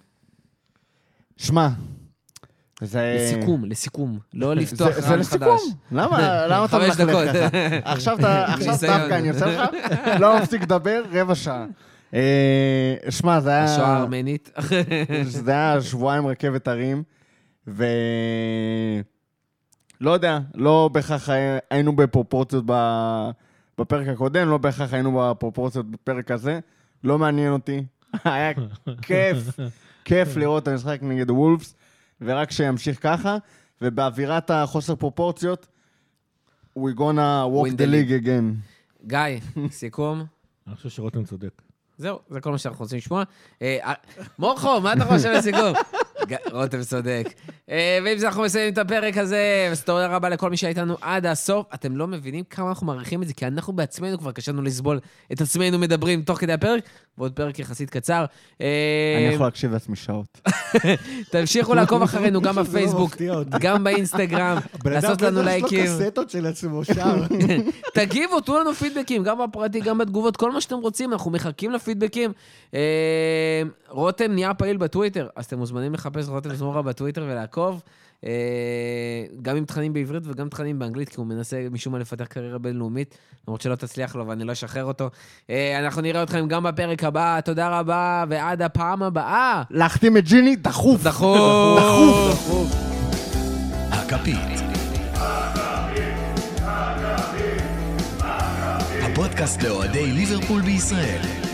שמע, זה... לסיכום, לסיכום. לא לפתוח זה- זה רעיון חדש. לסיכום. למה למה אתה חמש מלכלך דקות. ככה? עכשיו אתה- עכשיו ניסיון. דווקא אני עושה לך, לא מפסיק לדבר, רבע שעה. אה, שמע, זה היה... השואה הארמנית. זה היה שבועיים רכבת הרים, ו... לא יודע, לא בהכרח היינו בפרופורציות ב- בפרק הקודם, לא בהכרח היינו בפרופורציות בפרק הזה, לא מעניין אותי. היה כיף, כיף לראות את המשחק נגד וולפס, ורק שימשיך ככה, ובאווירת החוסר פרופורציות, we gonna walk Win the the league again. גיא, סיכום. אני חושב שרותם צודק. זהו, זה כל מה שאנחנו רוצים לשמוע. אה, אה, מורכו, מה אתה חושב לסיכום? רותם צודק. ועם זה אנחנו מסיימים את הפרק הזה, אז תודה רבה לכל מי שהייתנו עד הסוף. אתם לא מבינים כמה אנחנו מעריכים את זה, כי אנחנו בעצמנו כבר קשרנו לסבול את עצמנו מדברים תוך כדי הפרק, ועוד פרק יחסית קצר. אני יכול להקשיב לעצמי שעות. תמשיכו לעקוב אחרינו גם בפייסבוק, גם באינסטגרם, לעשות לנו לייקים. יש לו קסטות של עצמו שר. תגיבו, תנו לנו פידבקים, גם בפרטי, גם בתגובות, כל מה שאתם רוצים, אנחנו מחכים לפידבקים. רותם נהיה פעיל בטוויטר, אז אתם מוזמנים לחפש רותם זמורה בטוויטר ולעקוב, גם עם תכנים בעברית וגם תכנים באנגלית, כי הוא מנסה משום מה לפתח קריירה בינלאומית, למרות שלא תצליח לו ואני לא אשחרר אותו. אנחנו נראה אתכם גם בפרק הבא, תודה רבה, ועד הפעם הבאה. להחתים את ג'יני, דחוף. דחוף. דחוף. הכפית. הפודקאסט לאוהדי ליברפול בישראל.